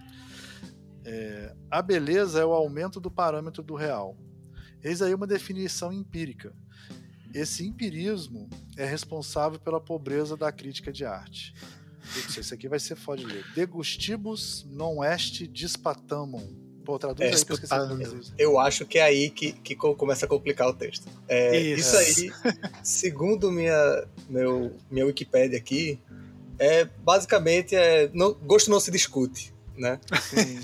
A beleza é o aumento do parâmetro do real. Eis aí uma definição empírica. Esse empirismo é responsável pela pobreza da crítica de arte. Isso aqui vai ser foda de ler. Degustibus non est dispatamum. Pô, traduz aí que eu esqueci de traduzir isso. Eu acho que é aí que começa a complicar o texto. Isso aí, segundo meu Wikipédia aqui, basicamente gosto não se discute, né? Sim.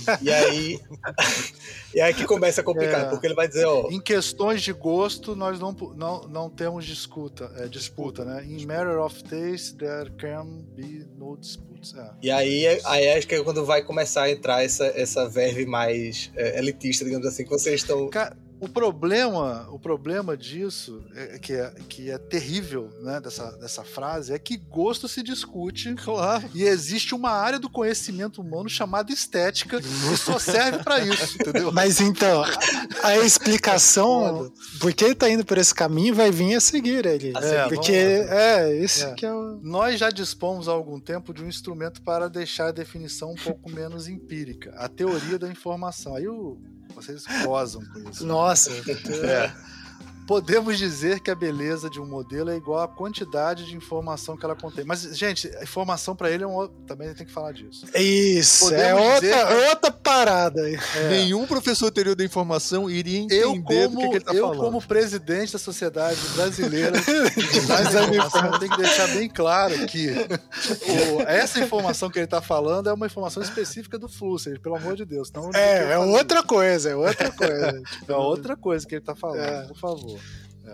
E aí que começa a complicar, porque ele vai dizer, em questões de gosto, nós não temos disputa, né? In matter of taste, there can be no disputes. E aí acho que é quando vai começar a entrar essa verve mais elitista, digamos assim, que vocês estão... O problema disso, que é terrível, né, dessa frase, é que gosto se discute, claro, e existe uma área do conhecimento humano chamada estética que só serve pra isso, entendeu? Mas então, a explicação por que ele tá indo por esse caminho vai vir a seguir ele. Porque que é o... Nós já dispomos há algum tempo de um instrumento para deixar a definição um pouco menos empírica, a teoria da informação. Aí vocês gozam com isso. Nossa. Podemos dizer que a beleza de um modelo é igual à quantidade de informação que ela contém. Mas, gente, a informação para ele também tem que falar disso. Isso, outra parada. Nenhum professor teoria da informação iria entender do que ele tá falando. Eu, como presidente da Sociedade Brasileira de Informação, tenho que deixar bem claro que essa informação que ele tá falando é uma informação específica do Flusser, pelo amor de Deus. Então, é outra coisa. É outra coisa que ele tá falando, por favor.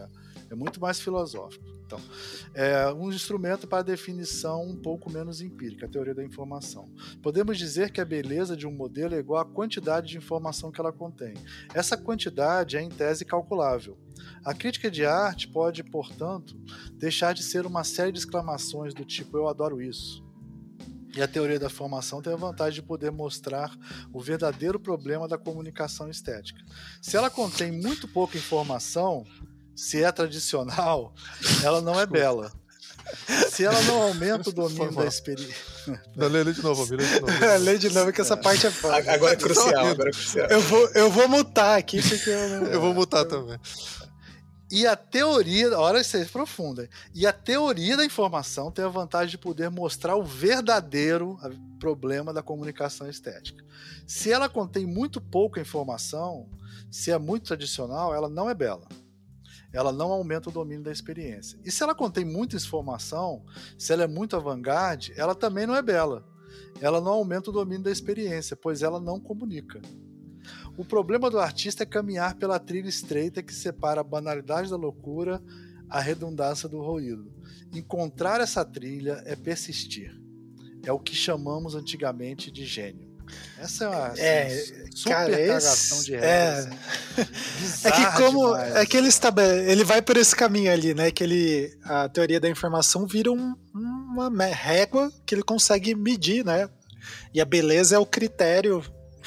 É muito mais filosófico. Então, é um instrumento para definição um pouco menos empírica, a teoria da informação. Podemos dizer que a beleza de um modelo é igual à quantidade de informação que ela contém. Essa quantidade é, em tese, calculável. A crítica de arte pode, portanto, deixar de ser uma série de exclamações do tipo "eu adoro isso". E a teoria da formação tem a vantagem de poder mostrar o verdadeiro problema da comunicação estética. Se ela contém muito pouca informação, se é tradicional, ela não é bela. Se ela não aumenta o domínio da experiência... Lê de novo, Lê de novo que essa parte é foda. Agora é crucial, agora é crucial. Eu vou mutar aqui porque eu vou mutar também. E a teoria, olha, isso é profunda. E a teoria da informação tem a vantagem de poder mostrar o verdadeiro problema da comunicação estética. Se ela contém muito pouca informação, se é muito tradicional, ela não é bela. Ela não aumenta o domínio da experiência. E se ela contém muita informação, se ela é muito avant-garde, ela também não é bela. Ela não aumenta o domínio da experiência, pois ela não comunica. O problema do artista é caminhar pela trilha estreita que separa a banalidade da loucura, a redundância do ruído. Encontrar essa trilha é persistir. É o que chamamos antigamente de gênio. Essa é uma super cagação de regra. É que como é que ele vai por esse caminho ali, né? Que a teoria da informação vira uma régua que ele consegue medir, né? E a beleza é o critério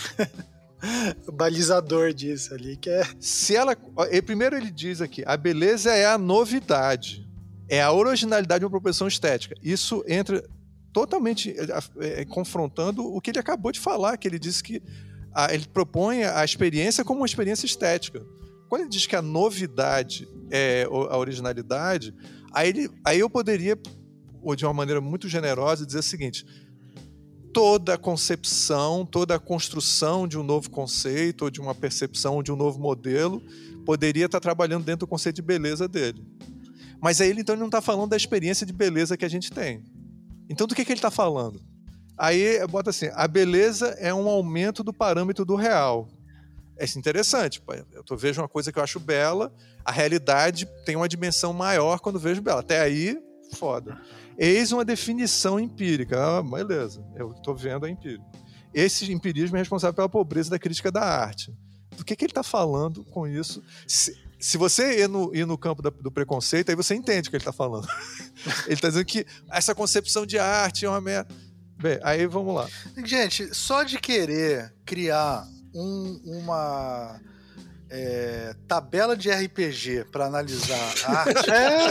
o balizador disso ali, que é... Primeiro ele diz aqui, a beleza é a novidade, é a originalidade de uma proposição estética. Isso entra totalmente confrontando o que ele acabou de falar, que ele disse que ele propõe a experiência como uma experiência estética. Quando ele diz que a novidade é a originalidade, aí eu poderia, ou de uma maneira muito generosa, dizer o seguinte: toda a concepção, toda a construção de um novo conceito, ou de uma percepção, ou de um novo modelo, poderia estar trabalhando dentro do conceito de beleza dele. Mas aí então ele não está falando da experiência de beleza que a gente tem. Então do que ele está falando? Aí bota assim, a beleza é um aumento do parâmetro do real. É interessante, eu vejo uma coisa que eu acho bela, a realidade tem uma dimensão maior quando vejo bela. Até aí, foda. Eis uma definição empírica. Beleza, eu estou vendo a empírica. Esse empirismo é responsável pela pobreza da crítica da arte. Do que ele está falando com isso? Se você ir no campo do preconceito, aí você entende o que ele está falando. Ele está dizendo que essa concepção de arte é uma merda. Bem, aí vamos lá. Gente, só de querer criar uma tabela de RPG para analisar a arte.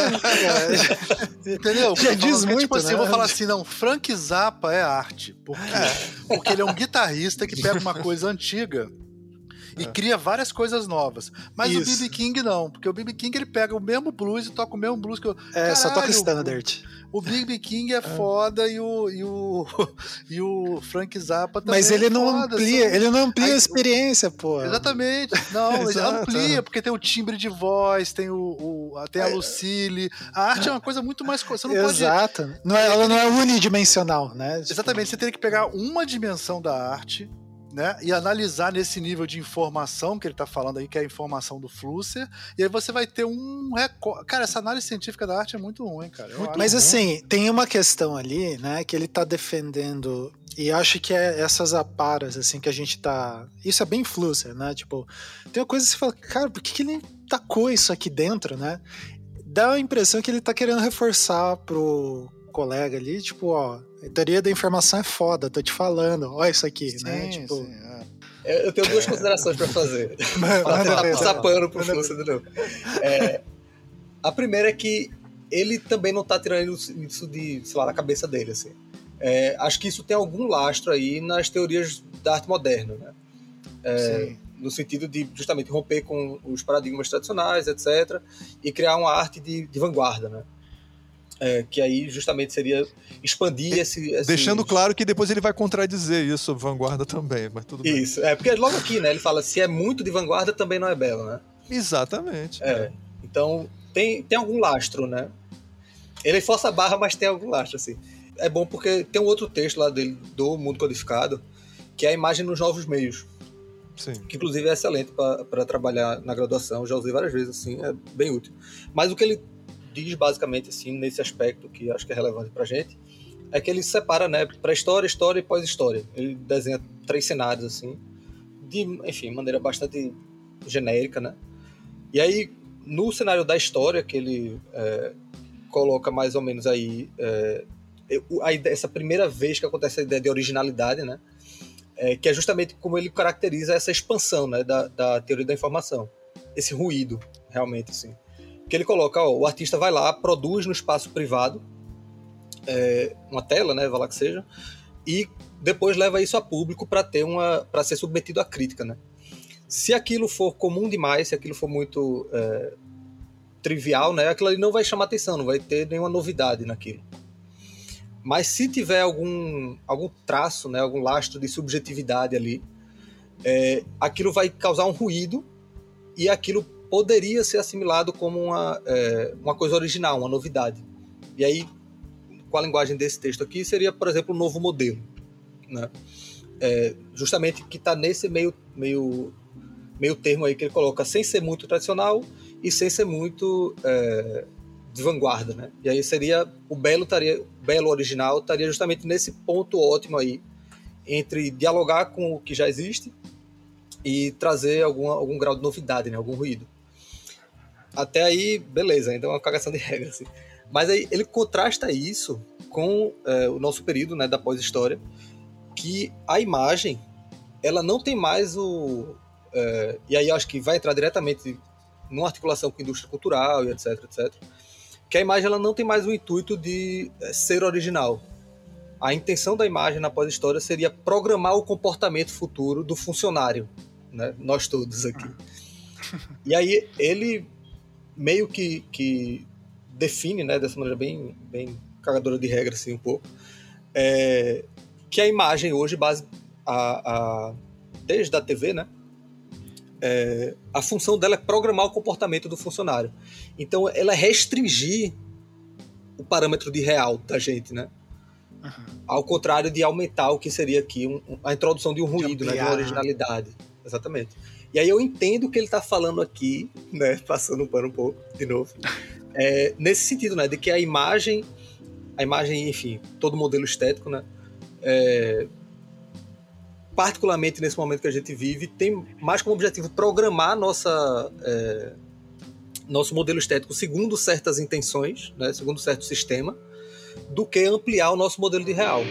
Entendeu? Já diz muito, tipo assim, né? eu vou falar assim, não, Frank Zappa é arte. Porque ele é um guitarrista que pega uma coisa antiga e cria várias coisas novas. Mas o B.B. King não, porque o B.B. King ele pega o mesmo blues e toca o mesmo blues que eu... só toca standard. O B.B. King é foda e o Frank Zappa também. Mas ele não foda, amplia a experiência, pô. Exatamente. Não, mas amplia, porque tem o timbre de voz, tem a Lucille. A arte é uma coisa muito mais... Você não pode... Exato. Ela não é unidimensional, né? Exatamente. Você teria que pegar uma dimensão da arte, né, e analisar nesse nível de informação que ele está falando aí, que é a informação do Flusser, e aí você vai ter um recorde. Cara, essa análise científica da arte é muito ruim, cara. Mas assim, tem uma questão ali, né, que ele está defendendo, e acho que é essas aparas, assim, que a gente tá... Isso é bem Flusser, né, tipo, tem uma coisa que você fala, cara, por que ele tacou isso aqui dentro, né? Dá a impressão que ele tá querendo reforçar pro colega ali, tipo, ó, a teoria da informação é foda, tô te falando, ó isso aqui, sim, né? Tipo... Sim, Eu tenho duas considerações para fazer. Pra passar pano pro Flusser de novo. A primeira é que ele também não tá tirando isso de, sei lá, da cabeça dele, assim. Acho que isso tem algum lastro aí nas teorias da arte moderna, né? No sentido de justamente romper com os paradigmas tradicionais, etc., e criar uma arte de vanguarda, né? Que aí justamente seria expandir esse... Deixando claro que depois ele vai contradizer isso sobre vanguarda também, mas tudo bem. Isso, porque logo aqui, né, ele fala, se é muito de vanguarda também não é belo, né? Exatamente. Então tem algum lastro, né? Ele força a barra, mas tem algum lastro, assim. É bom porque tem um outro texto lá dele, do Mundo Codificado, que é a imagem nos novos meios. Sim. Que inclusive é excelente para trabalhar na graduação, já usei várias vezes, assim, é bem útil. Mas o que ele diz basicamente, assim, nesse aspecto que acho que é relevante pra gente, é que ele separa, né, pré-história, história e pós-história. Ele desenha 3 cenários, assim, de, enfim, maneira bastante genérica, né? E aí, no cenário da história, que ele coloca mais ou menos aí essa primeira vez que acontece a ideia de originalidade, né? Que é justamente como ele caracteriza essa expansão, né, da teoria da informação. Esse ruído, realmente, assim. Que ele coloca, o artista vai lá, produz no espaço privado, uma tela, né, vai lá que seja, e depois leva isso a público para ser submetido à crítica, né? Se aquilo for comum demais, se aquilo for muito trivial, né, aquilo ali não vai chamar atenção, não vai ter nenhuma novidade naquilo. Mas se tiver algum traço, né, algum lastro de subjetividade ali, aquilo vai causar um ruído e aquilo poderia ser assimilado como uma coisa original, uma novidade. E aí, com a linguagem desse texto aqui, seria, por exemplo, um novo modelo, né? Justamente que está nesse meio termo aí que ele coloca, sem ser muito tradicional e sem ser muito de vanguarda, né? E aí seria o belo original estaria justamente nesse ponto ótimo aí entre dialogar com o que já existe e trazer algum grau de novidade, né? Algum ruído. Até aí, beleza, ainda é uma cagação de regra, assim. Mas aí ele contrasta isso com o nosso período, né, da pós-história, que a imagem, ela não tem mais e aí acho que vai entrar diretamente numa articulação com a indústria cultural e etc, etc, que a imagem ela não tem mais o intuito de ser original. A intenção da imagem na pós-história seria programar o comportamento futuro do funcionário, né, nós todos aqui. E aí ele meio que define, né, dessa maneira bem cagadora de regra, assim, um pouco, que a imagem hoje, desde a TV, né, a função dela é programar o comportamento do funcionário. Então, ela é restringir o parâmetro de real da gente, né? Ao contrário de aumentar o que seria aqui a introdução de um ruído, né, de uma originalidade. Exatamente. E aí eu entendo o que ele está falando aqui, né, passando um pano um pouco, de novo, nesse sentido, né, de que a imagem, enfim, todo modelo estético, né, particularmente nesse momento que a gente vive, tem mais como objetivo programar nosso modelo estético segundo certas intenções, né, segundo certo sistema, do que ampliar o nosso modelo de real.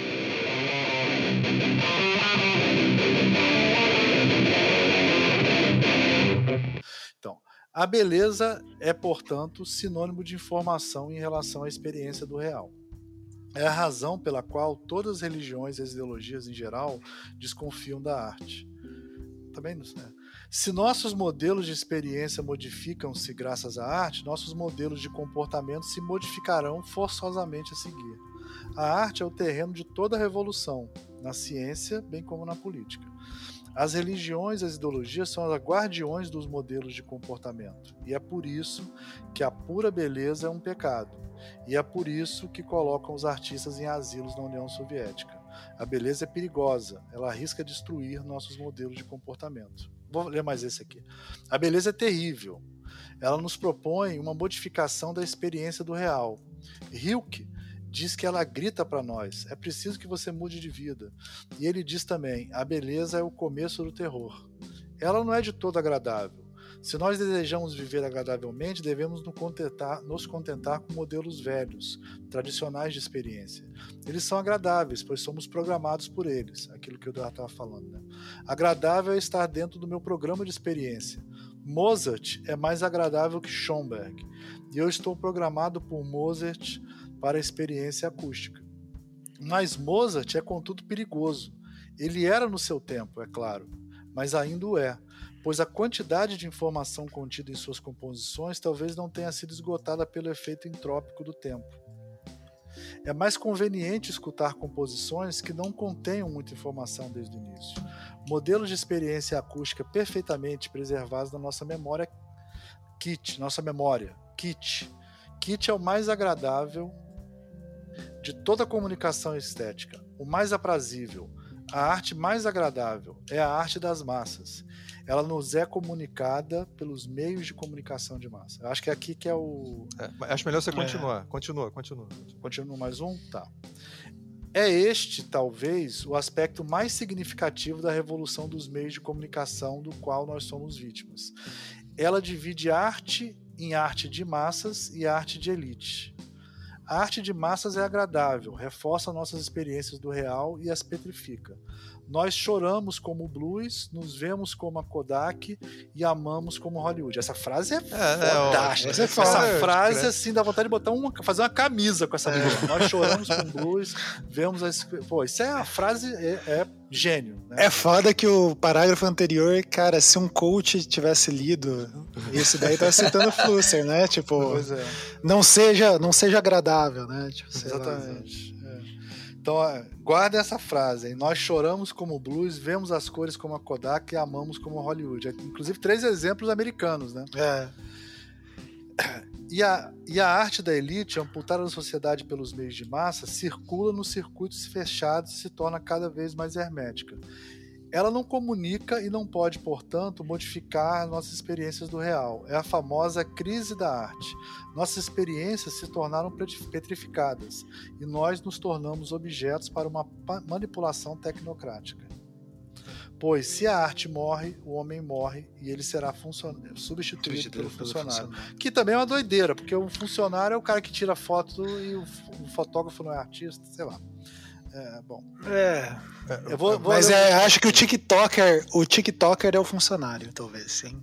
Então, a beleza é, portanto, sinônimo de informação em relação à experiência do real. É a razão pela qual todas as religiões e as ideologias em geral desconfiam da arte. Também, né? Se nossos modelos de experiência modificam-se graças à arte, nossos modelos de comportamento se modificarão forçosamente a seguir. A arte é o terreno de toda revolução, na ciência bem como na política. As religiões e as ideologias são as guardiões dos modelos de comportamento. E é por isso que a pura beleza é um pecado. E é por isso que colocam os artistas em asilos na União Soviética. A beleza é perigosa, ela arrisca destruir nossos modelos de comportamento. Vou ler mais esse aqui. A beleza é terrível. Ela nos propõe uma modificação da experiência do real. Rilke diz que ela grita para nós, é preciso que você mude de vida. E ele diz também, a beleza é o começo do terror. Ela não é de todo agradável. Se nós desejamos viver agradavelmente, devemos nos contentar com modelos velhos, tradicionais de experiência. Eles são agradáveis, pois somos programados por eles, aquilo que eu estava falando, né? Agradável é estar dentro do meu programa de experiência. Mozart é mais agradável que Schoenberg, e eu estou programado por Mozart para a experiência acústica. Mas Mozart é, contudo, perigoso. Ele era no seu tempo, é claro, mas ainda o é, pois a quantidade de informação contida em suas composições talvez não tenha sido esgotada pelo efeito entrópico do tempo. É mais conveniente escutar composições que não contenham muita informação desde o início. Modelos de experiência acústica perfeitamente preservados na nossa memória. Kit é o mais agradável de toda a comunicação estética, o mais aprazível. a arte mais agradável é a arte das massas. Ela nos é comunicada pelos meios de comunicação de massa. Eu acho que é aqui que é o... acho melhor você continuar. Continua. Continua mais um? Tá. É este, talvez, o aspecto mais significativo da revolução dos meios de comunicação do qual nós somos vítimas. Ela divide arte em arte de massas e arte de elite. A arte de massas é agradável, reforça nossas experiências do real e as petrifica. Nós choramos como o blues, nos vemos como a Kodak e amamos como Hollywood. Essa frase é fantástica. Essa frase, assim, dá vontade de fazer uma camisa com essa música. Nós choramos com o blues, vemos as... Pô, isso é uma frase, é gênio. Né? É foda que o parágrafo anterior, cara, se um coach tivesse lido isso daí, tá citando o Flusser, né? Tipo, não seja agradável, né? Tipo, exatamente. Então, guarda essa frase, hein? Nós choramos como blues, vemos as cores como a Kodak e amamos como Hollywood. Inclusive, 3 exemplos americanos, né? E a arte da elite, amputada da sociedade pelos meios de massa, circula nos circuitos fechados e se torna cada vez mais hermética. Ela não comunica e não pode, portanto, modificar nossas experiências do real. É a famosa crise da arte. Nossas experiências se tornaram petrificadas e nós nos tornamos objetos para uma manipulação tecnocrática. Pois, se a arte morre, o homem morre e ele será substituído pelo funcionário. Que também é uma doideira, porque o funcionário é o cara que tira foto e o fotógrafo não é artista, sei lá. Bom. Acho que o TikToker é o funcionário, talvez, sim.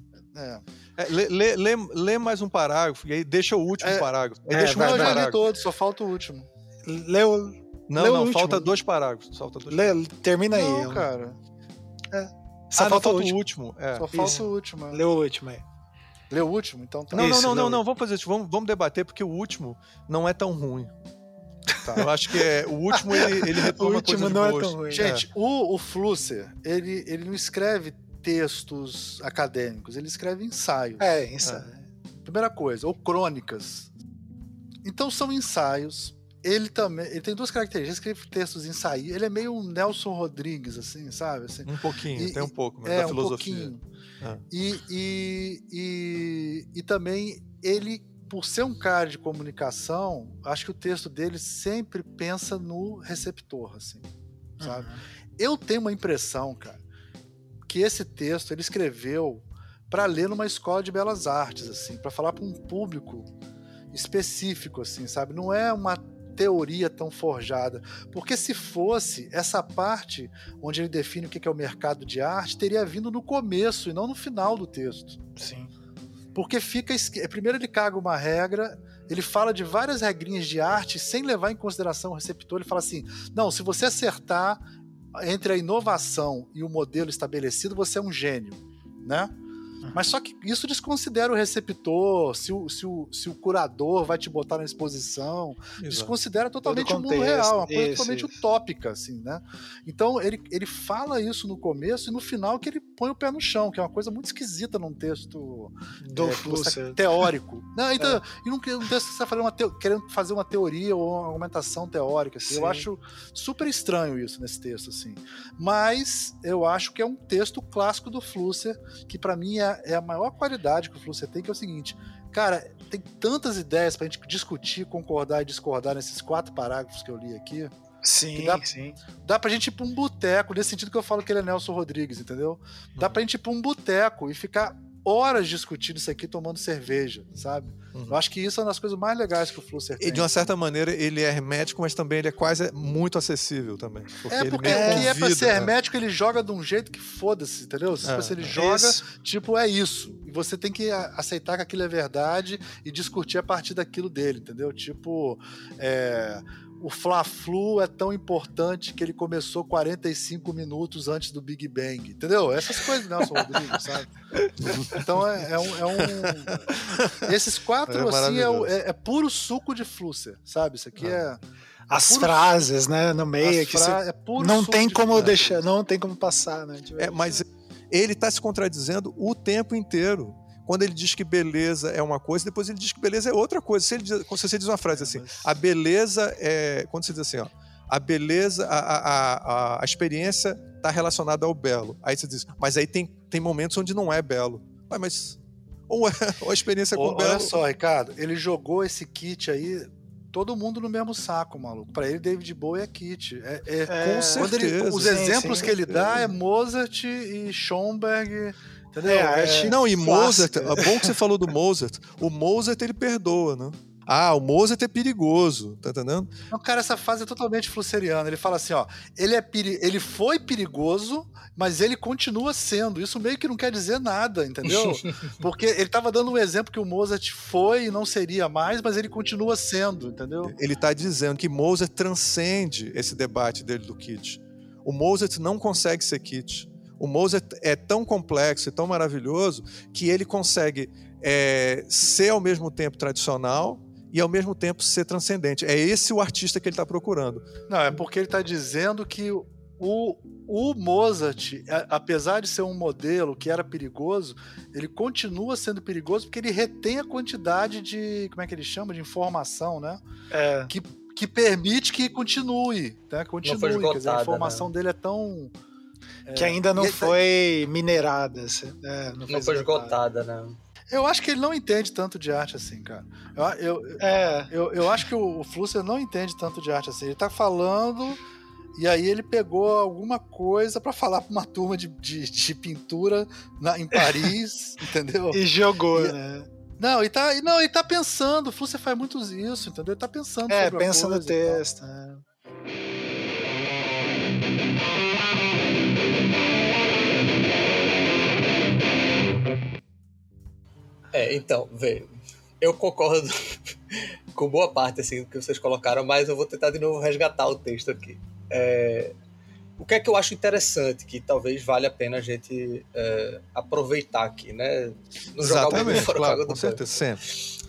Lê mais um parágrafo e aí deixa o último parágrafo. Eu já li todo, só falta o último. Não, falta 2 parágrafos. Termina aí. Não, cara. Só falta o último. Só falta o último. Lê o último aí. Lê o último? Então tá. Não, vamos fazer isso. Vamos debater, porque o último não é tão ruim. Tá. Eu acho que o último ele retoma coisas boas. É tão ruim. Gente, o Flusser, ele não escreve textos acadêmicos, ele escreve ensaios. Ensaio. Primeira coisa, ou crônicas. Então são ensaios. Ele tem 2 características. Ele escreve textos ensaios. Ele é meio um Nelson Rodrigues, assim, sabe? Assim, um pouquinho, tem um pouco, mas da filosofia. E também ele, por ser um cara de comunicação, acho que o texto dele sempre pensa no receptor, assim, sabe? Eu tenho uma impressão, cara, que esse texto ele escreveu para ler numa escola de belas artes, assim, para falar para um público específico, assim, sabe? Não é uma teoria tão forjada, porque se fosse, essa parte onde ele define o que é o mercado de arte teria vindo no começo e não no final do texto. Sim. Porque primeiro ele caga uma regra, ele fala de várias regrinhas de arte sem levar em consideração o receptor. Ele fala assim, não, se você acertar entre a inovação e o modelo estabelecido, você é um gênio, né? Mas só que isso desconsidera o receptor, se o curador vai te botar na exposição, desconsidera totalmente o mundo real, uma coisa totalmente utópica, assim, né? Então ele fala isso no começo e no final que ele põe o pé no chão, que é uma coisa muito esquisita num texto teórico. Não, então, e num texto que você está querendo fazer uma teoria ou uma argumentação teórica, assim. Eu acho super estranho isso nesse texto, assim. Mas eu acho que é um texto clássico do Flusser, que para mim é a maior qualidade que o Flusser tem, que é o seguinte, cara, tem tantas ideias pra gente discutir, concordar e discordar nesses 4 parágrafos que eu li aqui. Sim. Dá pra gente ir pra um boteco, nesse sentido que eu falo que ele é Nelson Rodrigues, entendeu? Dá pra gente ir pra um boteco e ficar horas discutindo isso aqui, tomando cerveja, sabe? Eu acho que isso é uma das coisas mais legais que o Flusser tem. E de uma certa maneira ele é hermético, mas também ele é quase muito acessível também. Porque ele é pra ser hermético, ele joga de um jeito que foda-se, entendeu? Se ele joga, tipo, é isso. E você tem que aceitar que aquilo é verdade e discutir a partir daquilo dele, entendeu? Tipo, o Fla-Flu é tão importante que ele começou 45 minutos antes do Big Bang, entendeu? Essas coisas do Nelson Rodrigues, sabe? Então esses 4, assim, é puro suco de Flusser, sabe? Isso aqui as frases, né, no meio, que não tem como deixar, não tem como passar, né? Mas ele está se contradizendo o tempo inteiro. Quando ele diz que beleza é uma coisa, depois ele diz que beleza é outra coisa. Se você diz uma frase assim, a beleza é... Quando você diz assim, ó, a beleza, a experiência está relacionada ao belo. Aí você diz, mas aí tem momentos onde não é belo. Mas ou a experiência com belo... Olha só, Ricardo, ele jogou esse kit aí, todo mundo no mesmo saco, maluco. Pra ele, David Bowie é kit. Com certeza. Os exemplos que ele dá é Mozart e Schoenberg... Entendeu? Não, e Mozart, é bom que você falou do Mozart. O Mozart, ele perdoa, né? O Mozart é perigoso, tá entendendo? Não, cara, essa fase é totalmente flusseriana. Ele fala assim, ó, ele foi perigoso, mas ele continua sendo. Isso meio que não quer dizer nada, entendeu? Porque ele tava dando um exemplo que o Mozart foi e não seria mais, mas ele continua sendo, entendeu? Ele tá dizendo que Mozart transcende esse debate dele do kit. O Mozart não consegue ser kit. O Mozart é tão complexo e tão maravilhoso que ele consegue ser ao mesmo tempo tradicional e ao mesmo tempo ser transcendente. É esse o artista que ele está procurando. Não, é porque ele está dizendo que o Mozart, apesar de ser um modelo que era perigoso, ele continua sendo perigoso porque ele retém a quantidade de, como é que ele chama? De informação, né? Que permite que continue, né? Continue, não foi esgotada, quer dizer, a informação dele é tão... que ainda não foi minerada. Não foi esgotada, né? Eu acho que ele não entende tanto de arte assim, cara. Eu acho que o Flusser não entende tanto de arte assim. Ele tá falando e aí ele pegou alguma coisa pra falar pra uma turma de pintura em Paris, entendeu? E jogou, né? Não, e tá pensando. O Flusser faz muito isso, entendeu? Ele tá pensando sobre a pensa coisa no texto. Então, velho, eu concordo com boa parte assim, do que vocês colocaram, mas eu vou tentar de novo resgatar o texto aqui. O que é que eu acho interessante, que talvez valha a pena a gente aproveitar aqui, né? Não jogar o mundo fora, claro, com certeza, sempre.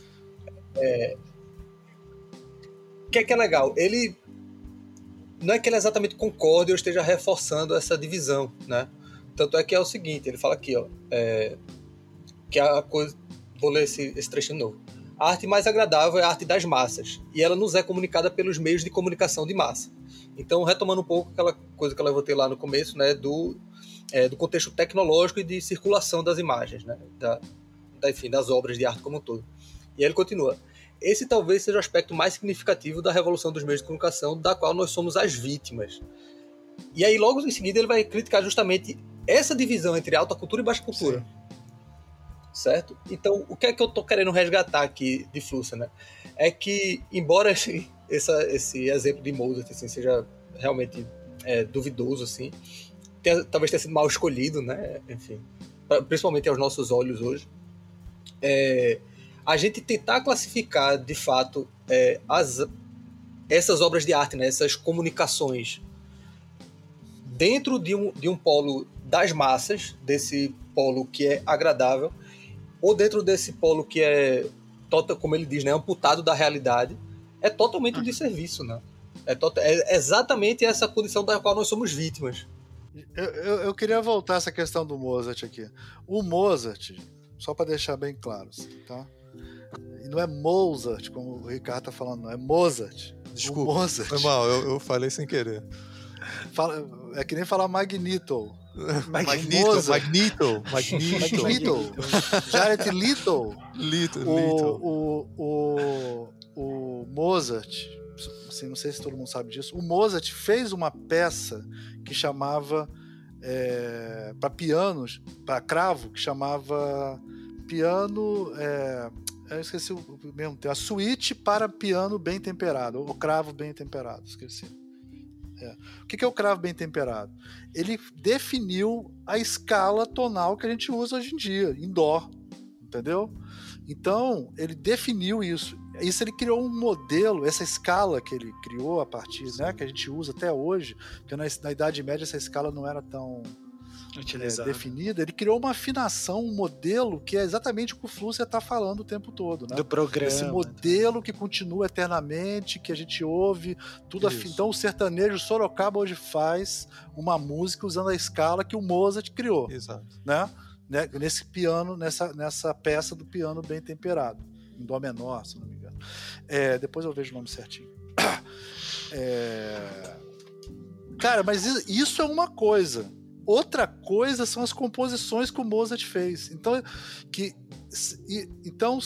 O que é legal? Ele não é que ele exatamente concorde ou esteja reforçando essa divisão, né? Tanto é que é o seguinte, ele fala aqui, ó, que a coisa... Vou ler esse trechinho novo. A arte mais agradável é a arte das massas, e ela nos é comunicada pelos meios de comunicação de massa. Então, retomando um pouco aquela coisa que eu levantei lá no começo, né, do contexto tecnológico e de circulação das imagens, né, enfim, das obras de arte como um todo. E aí ele continua. Esse talvez seja o aspecto mais significativo da revolução dos meios de comunicação, da qual nós somos as vítimas. E aí, logo em seguida, ele vai criticar justamente essa divisão entre alta cultura e baixa cultura. Sim. Certo? Então, o que é que eu tô querendo resgatar aqui de Flusser, né? É que, embora esse exemplo de Mozart assim, seja realmente duvidoso, assim, talvez tenha sido mal escolhido, né? Enfim, principalmente aos nossos olhos hoje, a gente tentar classificar, de fato, essas obras de arte, né? Essas comunicações dentro de um polo das massas, desse polo que é agradável, ou dentro desse polo que é, como ele diz, né, amputado da realidade, é totalmente um desserviço, né? É exatamente essa condição da qual nós somos vítimas. Eu queria voltar a essa questão do Mozart aqui. O Mozart, só para deixar bem claro, tá? E não é Mozart, como o Ricardo tá falando, não, é Mozart. Desculpa, Mozart. Foi mal, eu falei sem querer. É que nem falar Magneto. Magneto. Jared Leto. Leto. O Mozart, assim, não sei se todo mundo sabe disso, o Mozart fez uma peça que chamava para pianos, para cravo, que chamava piano, eu esqueci o mesmo termo, a suíte para piano bem temperado, ou cravo bem temperado, esqueci. O que é o cravo bem temperado? Ele definiu a escala tonal que a gente usa hoje em dia, em dó, entendeu? Então, ele definiu isso. Isso ele criou um modelo, essa escala que ele criou a partir, né, que a gente usa até hoje, porque na Idade Média essa escala não era tão definida. Ele criou uma afinação, um modelo que é exatamente o que o Flusser está falando o tempo todo, né? Do programa. Esse modelo que continua eternamente, que a gente ouve, tudo Então o sertanejo Sorocaba hoje faz uma música usando a escala que o Mozart criou. Exato. Né? Nesse piano, nessa peça do piano bem temperado, em dó menor, se não me engano. Depois eu vejo o nome certinho. Cara, mas isso é uma coisa. Outra coisa são as composições que o Mozart fez. Então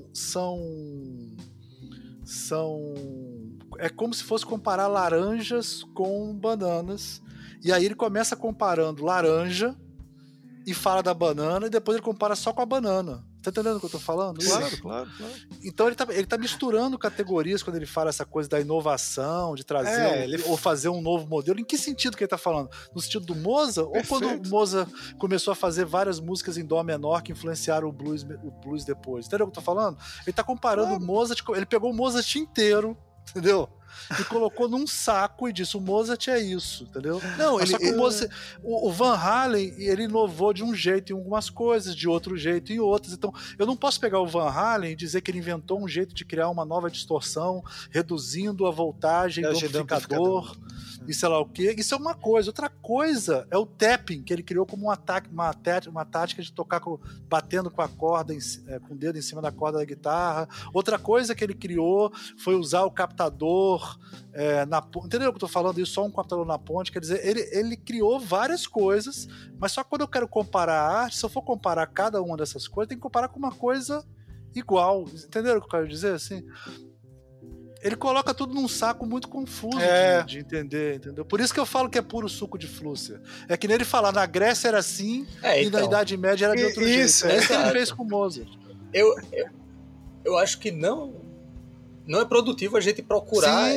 é como se fosse comparar laranjas com bananas. E aí ele começa comparando laranja e fala da banana, e depois ele compara só com a banana. Tá entendendo o que eu tô falando? Claro. Então ele tá misturando categorias quando ele fala essa coisa da inovação, de trazer ou fazer um novo modelo. Em que sentido que ele tá falando? No sentido do Mozart? Perfeito. Ou quando o Mozart começou a fazer várias músicas em dó menor que influenciaram o blues depois? Entendeu o que eu tô falando? Ele tá comparando o Mozart, ele pegou o Mozart inteiro, entendeu? E colocou num saco e disse, o Mozart é isso, entendeu? Só que o Van Halen, ele inovou de um jeito em algumas coisas, de outro jeito em outras. Então, eu não posso pegar o Van Halen e dizer que ele inventou um jeito de criar uma nova distorção, reduzindo a voltagem do amplificador e sei lá o quê. Isso é uma coisa. Outra coisa é o tapping, que ele criou como uma tática de tocar batendo com a corda, com o dedo em cima da corda da guitarra. Outra coisa que ele criou foi usar o captador entendeu o que eu tô falando? Isso, só um captador na ponte. Quer dizer, ele criou várias coisas, mas só quando eu quero comparar a arte, se eu for comparar cada uma dessas coisas, tem que comparar com uma coisa igual. Entenderam o que eu quero dizer? Assim, ele coloca tudo num saco muito confuso de entender, entendeu? Por isso que eu falo que é puro suco de flúcia. É que nem ele falar, na Grécia era assim e na Idade Média era de outro jeito. É isso que ele fez com o Mozart. Eu acho que não é produtivo a gente procurar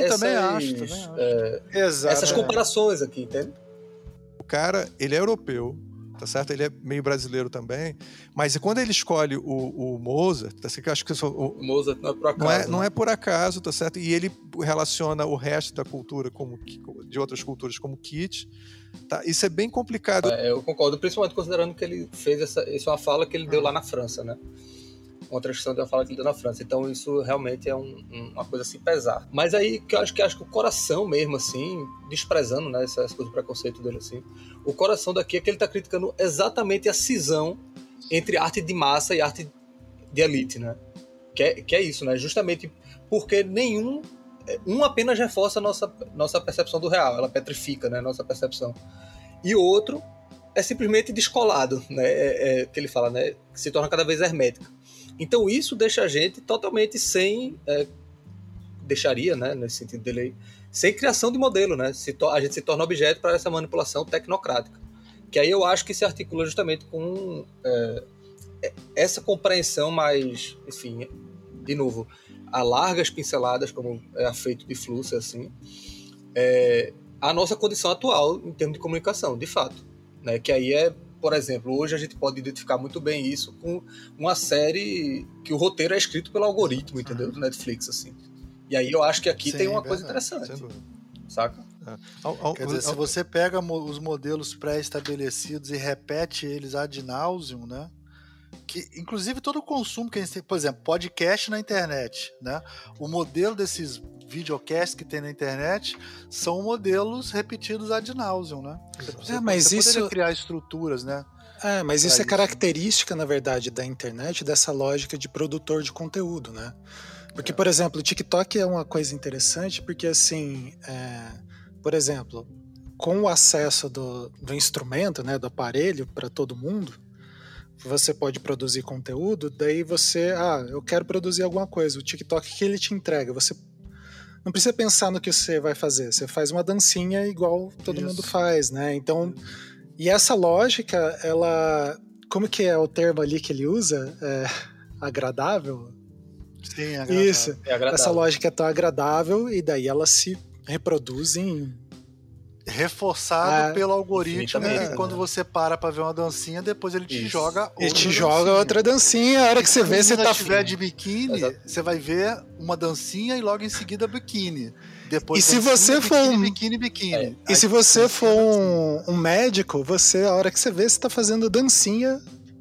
essas comparações aqui, entende? O cara, ele é europeu, tá certo? Ele é meio brasileiro também, mas quando ele escolhe o Mozart, tá certo? Eu acho que o Mozart não é por acaso. Não é por acaso, tá certo? E ele relaciona o resto da cultura de outras culturas como Kitsch. Tá? Isso é bem complicado. Eu concordo, principalmente considerando que ele fez isso é uma fala que ele deu lá na França, né? Uma transcrição de uma fala que ele deu na França. Então isso realmente é uma coisa assim pesar. Mas aí que eu acho que o coração mesmo, assim, desprezando, né, essas coisas de preconceito dele, assim, o coração daqui é que ele tá criticando exatamente a cisão entre arte de massa e arte de elite, né? Que é isso, né? Justamente porque um apenas reforça a nossa percepção do real, ela petrifica, né, a nossa percepção. E o outro é simplesmente descolado, né? Que ele fala, né? Que se torna cada vez hermética. Então isso deixa a gente totalmente sem... deixaria, né, nesse sentido dele, sem criação de modelo, né? A gente se torna objeto para essa manipulação tecnocrática. Que aí eu acho que se articula justamente com essa compreensão mais, enfim, de novo, a largas pinceladas, como é feito de Flusser, assim, a nossa condição atual em termos de comunicação, de fato. Né? Que aí por exemplo, hoje a gente pode identificar muito bem isso com uma série que o roteiro é escrito pelo algoritmo, entendeu? Do Netflix, assim. E aí eu acho que aqui tem uma coisa interessante, saca? Quer dizer, se você pega os modelos pré-estabelecidos e repete eles ad nauseam, né? Que, inclusive, todo o consumo que a gente tem, por exemplo, podcast na internet, né? O modelo desses videocasts que tem na internet são modelos repetidos ad nauseam, né? Você poderia criar estruturas, né? Mas isso é característica, na verdade, da internet, dessa lógica de produtor de conteúdo, né? Porque, por exemplo, o TikTok é uma coisa interessante, porque, assim, por exemplo, com o acesso do instrumento, né, do aparelho para todo mundo, você pode produzir conteúdo, daí você, eu quero produzir alguma coisa. O TikTok, que ele te entrega? Você não precisa pensar no que você vai fazer. Você faz uma dancinha igual todo mundo faz, né? Então, e essa lógica, ela... Como que é o termo ali que ele usa? Agradável? Sim, agradável. Isso. Essa lógica é tão agradável e daí ela se reproduz reforçado pelo algoritmo, e quando você para pra ver uma dancinha, depois ele te joga outra. Ele te joga outra dancinha, a hora que você vê, você tá... Se tiver de biquíni, você vai ver uma dancinha e logo em seguida biquíni. Depois e se você for biquíni. E se você for um médico, a hora que você vê, você tá fazendo dancinha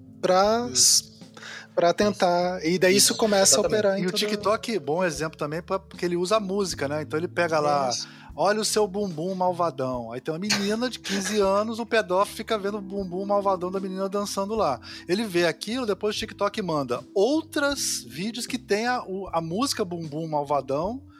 pra tentar... E daí isso começa a operar. E o TikTok, bom exemplo também, porque ele usa a música, né? Então ele pega lá... Olha o seu bumbum malvadão. Aí tem uma menina de 15 anos, o pedófilo fica vendo o bumbum malvadão da menina dançando lá. Ele vê aquilo, depois o TikTok manda outros vídeos que tem a música bumbum malvadão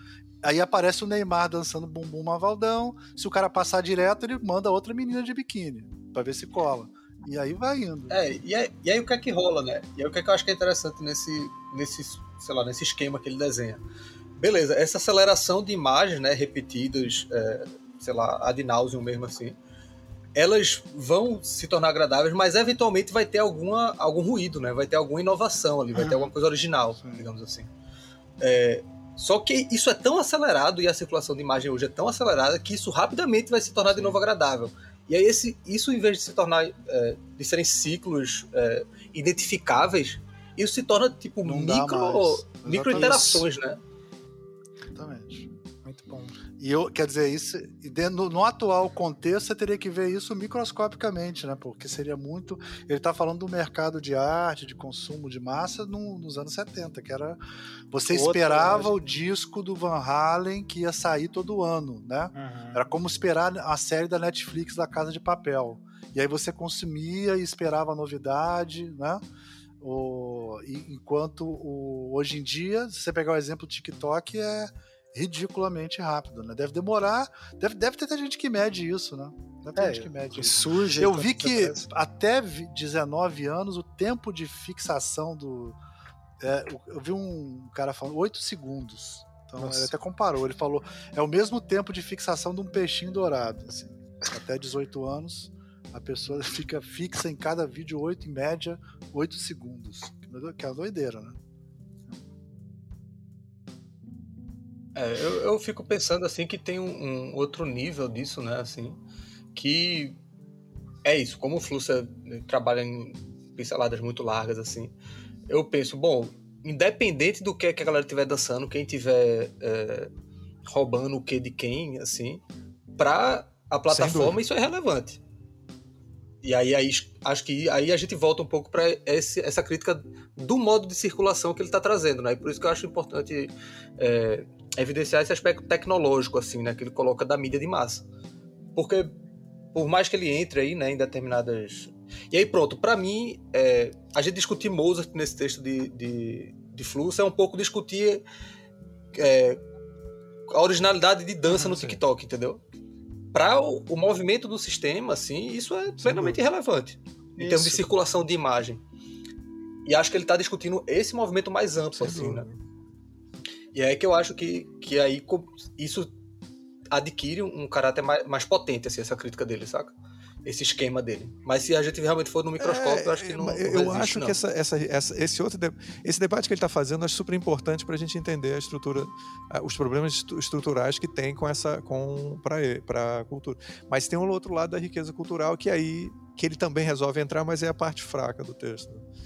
Aí aparece o Neymar dançando bumbum mavaldão. Se o cara passar direto, ele manda outra menina de biquíni pra ver se cola. E aí vai indo. E aí o que é que rola, né? E aí o que é que eu acho que é interessante nesse esquema que ele desenha. Beleza, essa aceleração de imagens, né, repetidas, ad nauseam mesmo assim, elas vão se tornar agradáveis, mas eventualmente vai ter algum ruído, né? Vai ter alguma inovação ali, vai ter alguma coisa original, digamos assim. Só que isso é tão acelerado e a circulação de imagem hoje é tão acelerada que isso rapidamente vai se tornar de novo agradável. E aí isso, em vez de se tornar, de serem ciclos identificáveis, isso se torna tipo micro interações, né? Exatamente. Muito bom. E quer dizer, isso, no atual contexto, você teria que ver isso microscopicamente, né? Porque seria muito. Ele está falando do mercado de arte, de consumo de massa nos anos 70, que era. Você esperava o disco do Van Halen que ia sair todo ano, né? Era como esperar a série da Netflix da Casa de Papel. E aí você consumia e esperava a novidade, né? Enquanto hoje em dia, se você pegar o exemplo do TikTok, é ridiculamente rápido, né? Deve demorar, deve ter gente que mede isso, né? Deve ter gente que mede isso. Surge. Eu vi que até 19 anos o tempo de fixação eu vi um cara falando 8 segundos. Então ele até comparou, ele falou, é o mesmo tempo de fixação de um peixinho dourado, assim. Até 18 anos a pessoa fica fixa em cada vídeo em média 8 segundos, que é uma doideira, né? Eu fico pensando assim que tem um outro nível disso, né, assim, que é isso, como o Flusser trabalha em pinceladas muito largas, assim, eu penso, bom, independente do que a galera estiver dançando, quem estiver roubando o que de quem, assim, pra a plataforma isso é relevante. E aí acho que aí a gente volta um pouco para essa crítica do modo de circulação que ele está trazendo, né? E por isso que eu acho importante evidenciar esse aspecto tecnológico, assim, né? Que ele coloca da mídia de massa. Porque, por mais que ele entre aí, né, em determinadas... E aí, pronto, para mim, a gente discutir Mozart nesse texto de Flusser é um pouco discutir a originalidade de dança no TikTok, entendeu? Para o movimento do sistema, assim, isso é plenamente irrelevante em termos de circulação de imagem. E acho que ele está discutindo esse movimento mais amplo, assim, né? E é que eu acho que aí isso adquire um caráter mais potente, assim, essa crítica dele, saca? Esse esquema dele. Mas se a gente realmente for no microscópio, eu acho que não eu acho que esse debate que ele está fazendo é super importante para a gente entender a estrutura, os problemas estruturais que tem para a cultura. Mas tem um outro lado da riqueza cultural que ele também resolve entrar, mas é a parte fraca do texto.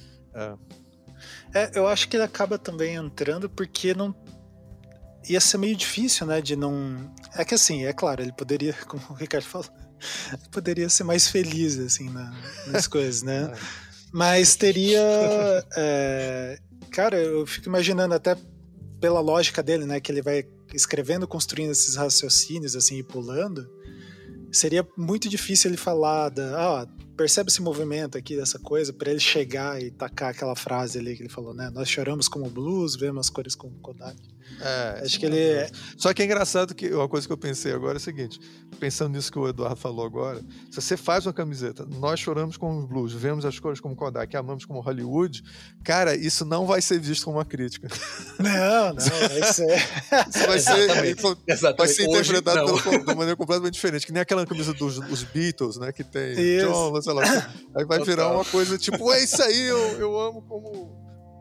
Eu acho que ele acaba também entrando porque não ia ser meio difícil, né, de não... É que assim, é claro, ele poderia, como o Ricardo falou, poderia ser mais feliz, assim, nas coisas, né? Mas teria... Cara, eu fico imaginando até pela lógica dele, né, que ele vai escrevendo, construindo esses raciocínios, assim, e pulando, seria muito difícil ele falar percebe esse movimento aqui, dessa coisa, para ele chegar e tacar aquela frase ali que ele falou, né? Nós choramos como blues, vemos as cores como Kodak. Acho que ele... Só que é engraçado que uma coisa que eu pensei agora é o seguinte, pensando nisso que o Eduardo falou agora, se você faz uma camiseta, nós choramos como blues, vemos as cores como Kodak, amamos como Hollywood, cara, isso não vai ser visto como uma crítica. Não, vai ser... Isso vai ser interpretado de maneira completamente diferente, que nem aquela camisa dos Beatles, né, que tem John, sei lá, aí vai virar uma coisa tipo, é isso aí, eu amo como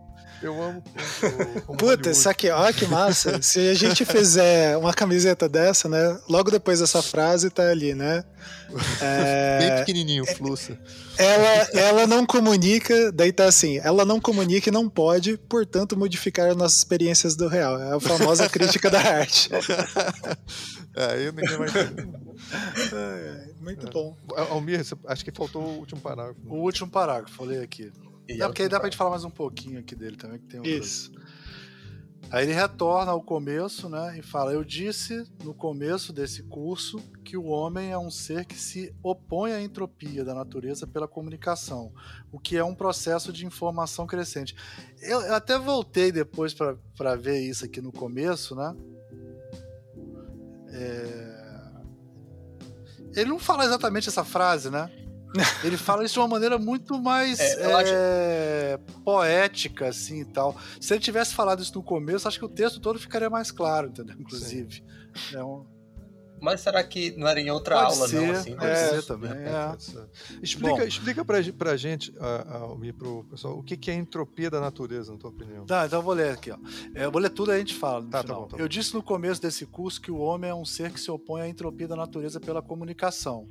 puta, isso aqui, olha que massa. Se a gente fizer uma camiseta dessa, né, logo depois dessa frase tá ali, né, bem pequenininho, Flusser. Ela não comunica, daí tá assim, ela não comunica e não pode, portanto, modificar as nossas experiências do real. É a famosa crítica da arte. Aí ninguém vai entender. Muito bom. Almir, acho que faltou o último parágrafo. O último parágrafo, falei aqui. Porque aí dá pra gente falar mais um pouquinho aqui dele também, que tem isso. Aí ele retorna ao começo, né, e fala: eu disse no começo desse curso que o homem é um ser que se opõe à entropia da natureza pela comunicação, o que é um processo de informação crescente. Eu até voltei depois para ver isso aqui no começo, né? Ele não fala exatamente essa frase, né? Ele fala isso de uma maneira muito mais poética, assim, e tal. Se ele tivesse falado isso no começo, acho que o texto todo ficaria mais claro, entendeu? Inclusive. Mas será que não era em outra Pode aula, ser, não? Assim, pode ser também. Pode ser. Explica pra gente, e pro pessoal, o que é entropia da natureza, na tua opinião? Tá, então eu vou ler aqui. Ó. Eu vou ler tudo e a gente fala no final. Tá bom. Eu disse no começo desse curso que o homem é um ser que se opõe à entropia da natureza pela comunicação.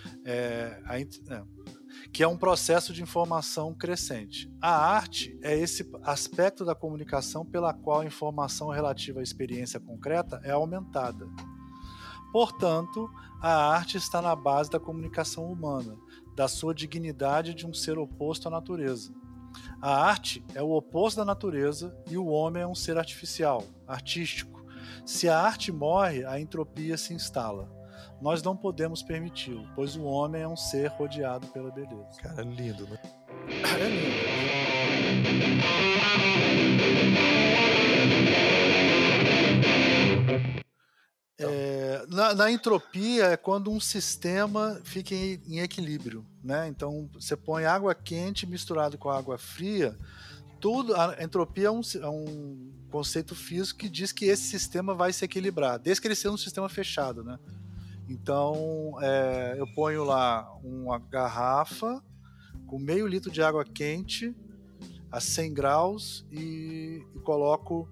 Que é um processo de informação crescente. A arte é esse aspecto da comunicação pela qual a informação relativa à experiência concreta é aumentada. Portanto, a arte está na base da comunicação humana, da sua dignidade de um ser oposto à natureza. A arte é o oposto da natureza e o homem é um ser artificial, artístico. Se a arte morre, a entropia se instala. Nós não podemos permiti-lo, pois o homem é um ser rodeado pela beleza. Cara, lindo, né? É lindo. Na entropia é quando um sistema fica em equilíbrio, né? Então você põe água quente misturado com água fria, a entropia é um conceito físico que diz que esse sistema vai se equilibrar, desde que ele seja um sistema fechado, né? Então eu ponho lá uma garrafa com meio litro de água quente a 100 graus e coloco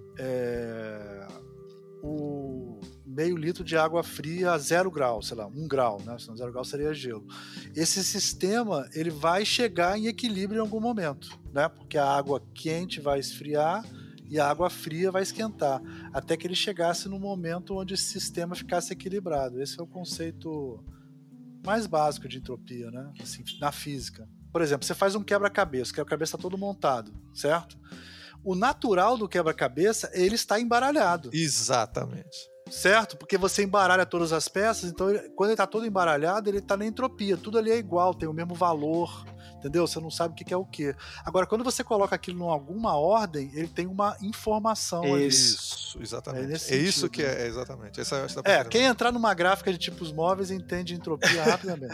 o meio litro de água fria a 0 graus, sei lá, 1 grau, né? Senão 0 graus seria gelo. Esse sistema ele vai chegar em equilíbrio em algum momento, né? Porque a água quente vai esfriar e a água fria vai esquentar, até que ele chegasse no momento onde esse sistema ficasse equilibrado. Esse é o conceito mais básico de entropia, né? Assim, na física. Por exemplo, você faz um quebra-cabeça, o quebra-cabeça está todo montado, certo? O natural do quebra-cabeça, ele está embaralhado. Exatamente. Certo? Porque você embaralha todas as peças, então quando ele está todo embaralhado, ele está na entropia. Tudo ali é igual, tem o mesmo valor, entendeu? Você não sabe o que é o quê. Agora, quando você coloca aquilo em alguma ordem, ele tem uma informação. Isso, exatamente. Isso que é, exatamente. Quem entrar numa gráfica de tipos móveis entende entropia rapidamente.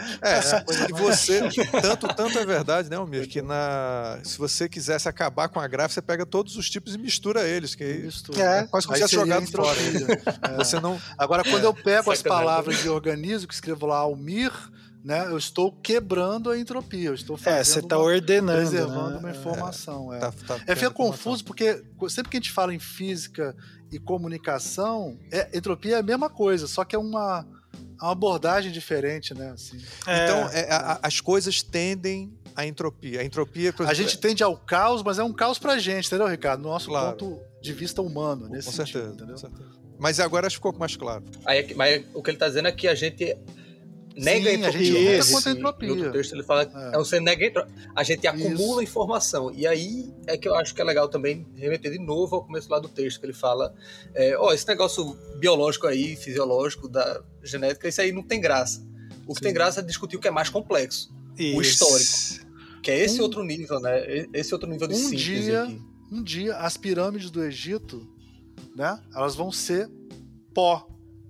E você, tanto é verdade, né, Almir, que se você quisesse acabar com a gráfica, você pega todos os tipos e mistura eles, que quase como se tivesse jogado fora. Você não... Agora, quando eu pego as palavras de organismo, que escrevo lá Almir, né, eu estou quebrando a entropia. Eu estou fazendo você está ordenando, preservando uma informação. Fica confuso porque sempre que a gente fala em física e comunicação, entropia é a mesma coisa, só que é uma abordagem diferente, né? Assim. Então, as coisas tendem à entropia. A entropia, por exemplo, a gente tende ao caos, mas é um caos pra gente, entendeu, Ricardo? No nosso ponto de vista humano, nesse sentido, entendeu? Com certeza. Mas agora acho que ficou mais claro. Mas o que ele está dizendo é que a gente nega a entropia. A gente luta contra a entropia. Em outro texto ele fala que você nega a entropia. A gente acumula informação. E aí é que eu acho que é legal também remeter de novo ao começo lá do texto, que ele fala esse negócio biológico aí, fisiológico, da genética, isso aí não tem graça. O que tem graça é discutir o que é mais complexo. Isso. O histórico. Que é esse outro nível, né? Esse outro nível de síntese aqui. Um dia, as pirâmides do Egito, né, elas vão ser pó,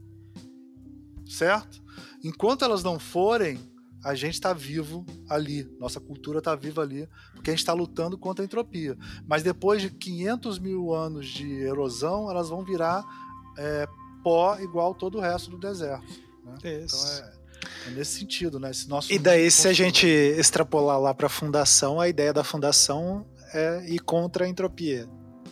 certo? Enquanto elas não forem, a gente está vivo ali, nossa cultura está viva ali, porque a gente está lutando contra a entropia. Mas depois de 500 mil anos de erosão, elas vão virar pó igual todo o resto do deserto, né? Isso. Então é nesse sentido, né? Esse nosso e daí, se a gente extrapolar lá para a fundação, a ideia da fundação é ir contra a entropia.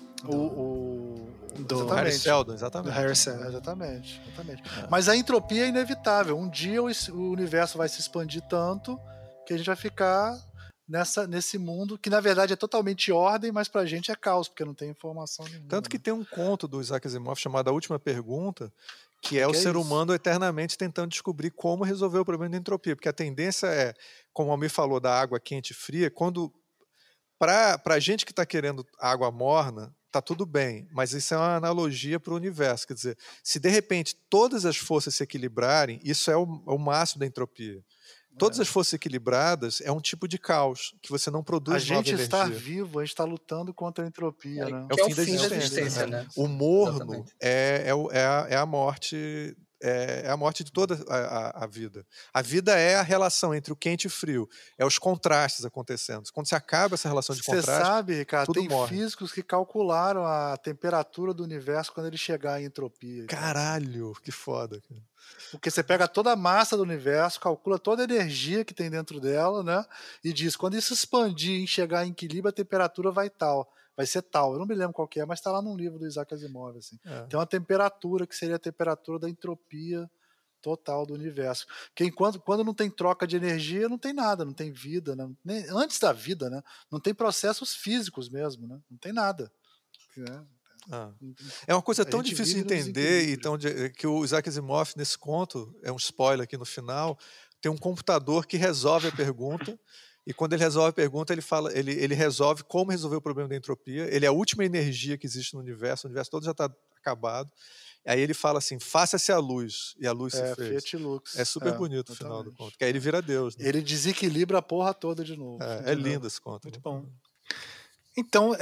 Do Harry Seldon, exatamente. Do Harry Seldon. Exatamente. Mas a entropia é inevitável. Um dia o universo vai se expandir tanto que a gente vai ficar nesse mundo que, na verdade, é totalmente ordem, mas pra gente é caos, porque não tem informação nenhuma. Tanto que tem um conto do Isaac Asimov chamado A Última Pergunta, que é o ser humano eternamente tentando descobrir como resolver o problema da entropia. Porque a tendência é, como o Almir falou, da água quente e fria, quando... Pra gente que está querendo água morna, tá tudo bem, mas isso é uma analogia para o universo. Quer dizer, se de repente todas as forças se equilibrarem, isso é o máximo da entropia. Todas as forças equilibradas é um tipo de caos, que você não produz nova energia. A gente está vivo, a gente está lutando contra a entropia. Né? É o fim da existência, né? O morno é a morte é a morte de toda a vida. A vida é a relação entre o quente e o frio, é os contrastes acontecendo. Quando você acaba essa relação de contraste, você sabe, Ricardo, tudo tem morre. físicos que calcularam a temperatura do universo quando ele chegar em entropia. Caralho, que foda. Porque você pega toda a massa do universo, calcula toda a energia que tem dentro dela, né? E diz, quando isso expandir e chegar em equilíbrio, a temperatura vai ser tal. Eu não me lembro qual que é, mas está lá num livro do Isaac Asimov. Assim. Tem uma temperatura que seria a temperatura da entropia total do universo. Porque quando não tem troca de energia, não tem nada, não tem vida. Né? Antes da vida, né? Não tem processos físicos mesmo, né? Não tem nada. Né? É uma coisa tão difícil de entender, então, que o Isaac Asimov, nesse conto, é um spoiler aqui no final, tem um computador que resolve a pergunta, e quando ele resolve a pergunta, ele resolve como resolver o problema da entropia. Ele é a última energia que existe no universo, o universo todo já está acabado. Aí ele fala assim, faça-se a luz, e a luz se fez. Fiat Lux. É super bonito o final do conto, que aí ele vira Deus. Né? Ele desequilibra a porra toda de novo. É lindo esse conto. Muito bom. Então,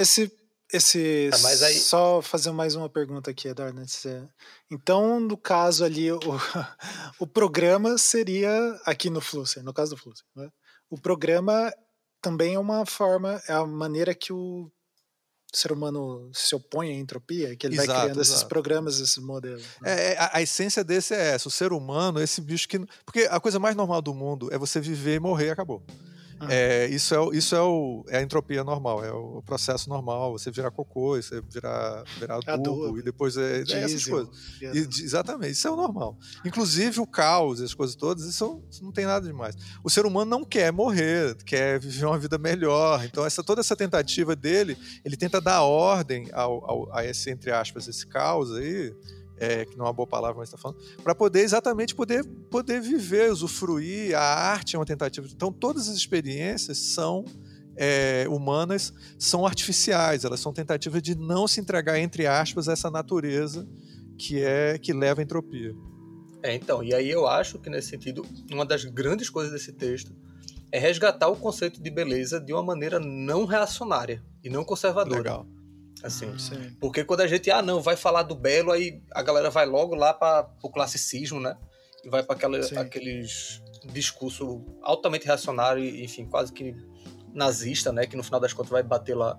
mas aí... Só fazer mais uma pergunta aqui, Eduardo. Então, no caso ali, o programa seria aqui no Flusser, no caso do Flusser, né? O programa também é uma forma, é a maneira que o ser humano se opõe à entropia, que ele vai criando esses programas, esses modelos. Né? A essência desse é essa, o ser humano, esse bicho que... Porque a coisa mais normal do mundo é você viver e morrer e acabou. Isso é a entropia normal, é o processo normal, você virar cocô, você virar adubo e depois essas coisas. Exatamente, isso é o normal. Inclusive o caos, as coisas todas, isso não tem nada demais. O ser humano não quer morrer, quer viver uma vida melhor, então toda essa tentativa dele, ele tenta dar ordem a esse, entre aspas, esse caos aí, que não é uma boa palavra, mas está falando, para exatamente poder viver, usufruir. A arte é uma tentativa. Então, todas as experiências são humanas, são artificiais, elas são tentativas de não se entregar, entre aspas, a essa natureza que leva à entropia. Então, e aí eu acho que, nesse sentido, uma das grandes coisas desse texto é resgatar o conceito de beleza de uma maneira não reacionária e não conservadora. Legal. Assim, porque quando a gente vai falar do belo, aí a galera vai logo lá para o classicismo, né? E vai para aqueles discurso altamente reacionário e, enfim, quase que nazista, né? Que no final das contas vai bater lá,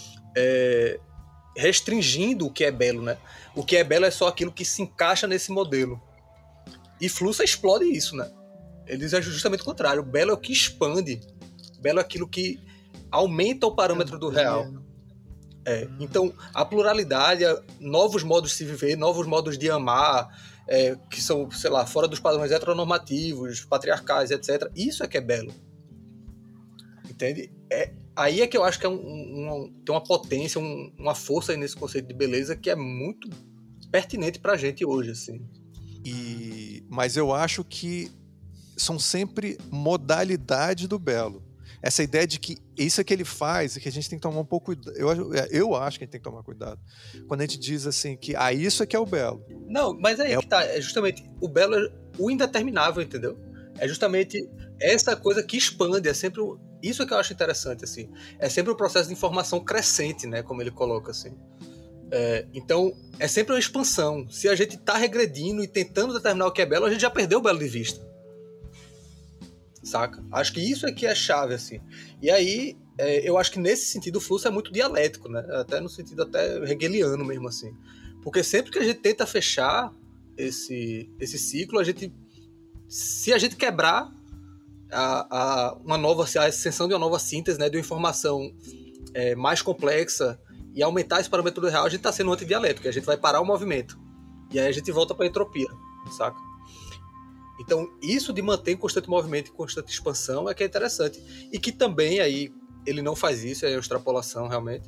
restringindo o que é belo, né? O que é belo é só aquilo que se encaixa nesse modelo. E Flusser explode isso, né? Ele diz justamente o contrário. O belo é o que expande. O belo é aquilo que aumenta o parâmetro do real. Então, a pluralidade, novos modos de se viver, novos modos de amar, que são, sei lá, fora dos padrões heteronormativos, patriarcais, etc. Isso é que é belo. Entende? Aí é que eu acho que tem uma potência, uma força aí nesse conceito de beleza que é muito pertinente pra gente hoje, assim. Mas eu acho que são sempre modalidades do belo. Essa ideia de que isso é que ele faz e que a gente tem que tomar um pouco... Eu acho que a gente tem que tomar cuidado. Quando a gente diz assim que isso é que é o belo. Não, mas aí que tá. É justamente o belo é o indeterminável, entendeu? É justamente essa coisa que expande. É sempre isso que eu acho interessante, assim. É sempre um processo de informação crescente, né? Como ele coloca, assim. Então, é sempre uma expansão. Se a gente tá regredindo e tentando determinar o que é belo, a gente já perdeu o belo de vista. Saca? Acho que isso é que é chave, assim. E aí, eu acho que nesse sentido o Flusser é muito dialético, né? Até no sentido hegeliano mesmo, assim. Porque sempre que a gente tenta fechar esse ciclo, se a gente quebrar a ascensão de uma nova síntese, né, de uma informação mais complexa e aumentar esse parâmetro do real, a gente está sendo antidialético, a gente vai parar o movimento. E aí a gente volta para a entropia, saca? Então, isso de manter em constante movimento e constante expansão é que é interessante. E que também, aí, ele não faz isso, é extrapolação, realmente.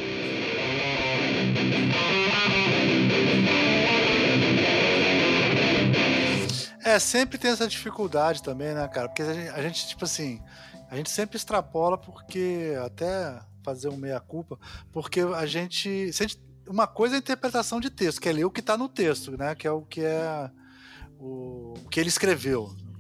Sempre tem essa dificuldade também, né, cara? Porque a gente, tipo assim, a gente sempre extrapola porque, até fazer um meia-culpa, porque uma coisa é a interpretação de texto, que é ler o que está no texto, né? Que é o que ele escreveu,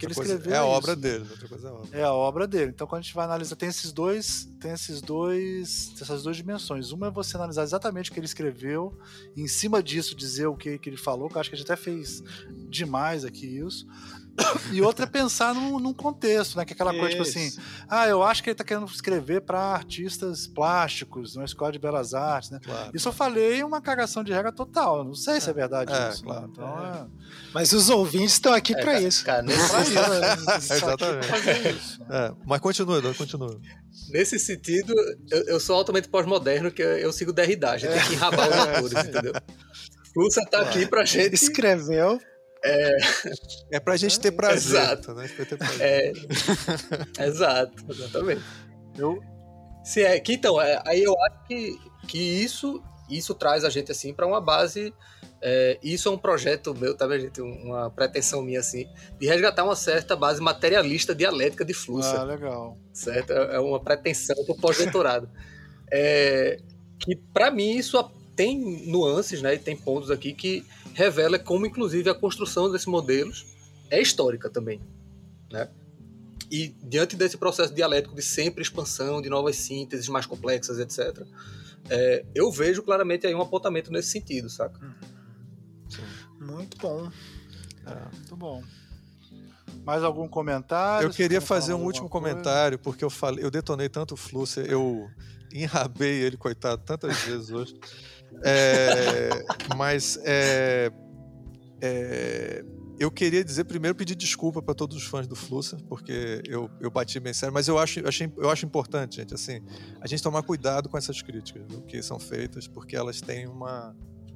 que ele escreveu é a obra isso, dele, outra coisa é a obra. É a obra dele. Então, quando a gente vai analisar, tem essas duas dimensões. Uma é você analisar exatamente o que ele escreveu, e em cima disso dizer o que ele falou, que eu acho que a gente até fez demais aqui isso. E outra é pensar num contexto, né? Que é aquela coisa tipo assim, eu acho que ele tá querendo escrever para artistas plásticos, numa escola de belas artes, né? Claro. Isso eu falei uma cagação de regra total. Eu não sei se é verdade isso. Claro. Então, Mas os ouvintes estão aqui para isso. Cara, Exatamente. Mas continua. Nesse sentido, eu sou altamente pós-moderno, que eu sigo Derrida. A gente tem que enrabar os autores, entendeu? Flusser tá aqui pra gente... Escreveu... É pra gente ter prazer. Exato. Né? Ter prazer. Exato, exatamente. Então, aí eu acho que isso traz a gente assim para uma base. Isso é um projeto meu, tá vendo, gente? Uma pretensão minha assim, de resgatar uma certa base materialista dialética de Flusser. Legal. Certo? É uma pretensão pro pós-doutorado. Que para mim isso tem nuances, né? E tem pontos aqui que revela como, inclusive, a construção desses modelos é histórica também, né? E diante desse processo dialético de sempre expansão, de novas sínteses mais complexas, etc., eu vejo claramente aí um apontamento nesse sentido, saca? Muito bom. Muito bom. Mais algum comentário? Eu queria fazer um último comentário, porque eu detonei tanto o Flusser, eu enrabei ele, coitado, tantas vezes hoje. Mas eu queria dizer primeiro, pedir desculpa para todos os fãs do Flusser, porque eu bati bem sério, mas eu acho importante, gente, assim, a gente tomar cuidado com essas críticas, viu, que são feitas, porque elas têm uma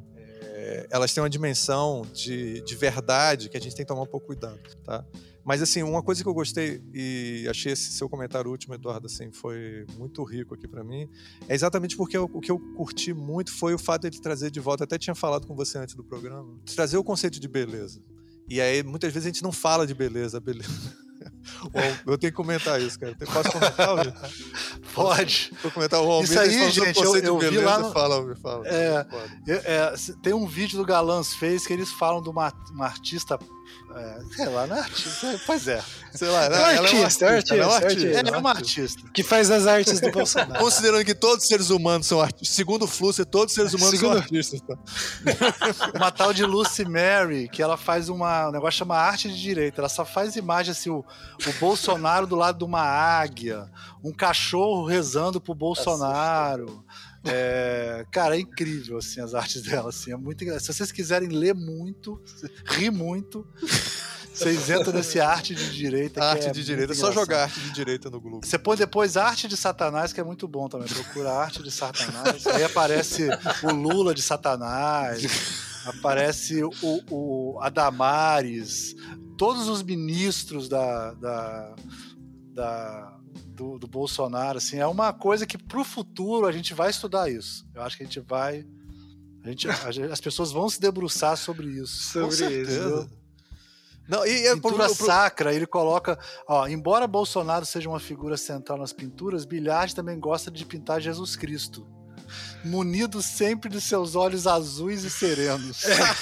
dimensão de verdade que a gente tem que tomar um pouco cuidado, tá? Mas, assim, uma coisa que eu gostei e achei esse seu comentário último, Eduardo, assim, foi muito rico aqui pra mim, é exatamente porque o que eu curti muito foi o fato de ele trazer de volta, até tinha falado com você antes do programa, trazer o conceito de beleza. E aí, muitas vezes, a gente não fala de beleza. Eu tenho que comentar isso, cara. Posso comentar, Almir? Pode. Vou comentar o Almir. Isso aí, gente, eu vi lá no... Fala. Tem um vídeo do Galãs fez que eles falam de uma artista... sei lá, não é artista? Pois é. Sei lá, é uma artista. Que faz as artes do Bolsonaro. Considerando que todos os seres humanos são artistas, segundo o Flusser, todos os seres humanos são artistas. Tá? Uma tal de Lucy Mary, que ela faz um negócio chama arte de direita. Ela só faz imagem assim, o Bolsonaro do lado de uma águia, um cachorro rezando pro Bolsonaro. Cara, é incrível assim, as artes dela, assim, é muito engraçado. Se vocês quiserem ler muito, rir muito, vocês entram nesse arte de direita. Arte de direita, é só jogar arte de direita no Google. Você põe depois arte de Satanás, que é muito bom também. Procura arte de Satanás. Aí aparece o Lula de Satanás, aparece o Adamares, todos os ministros do Bolsonaro, assim, é uma coisa que pro futuro a gente vai estudar isso. Eu acho que as pessoas vão se debruçar sobre isso. Com certeza. Não, pintura sacra, ele coloca, embora Bolsonaro seja uma figura central nas pinturas, Bilhard também gosta de pintar Jesus Cristo, munido sempre de seus olhos azuis e serenos.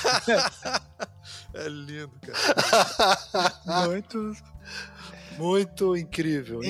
É lindo, cara. Muito incrível.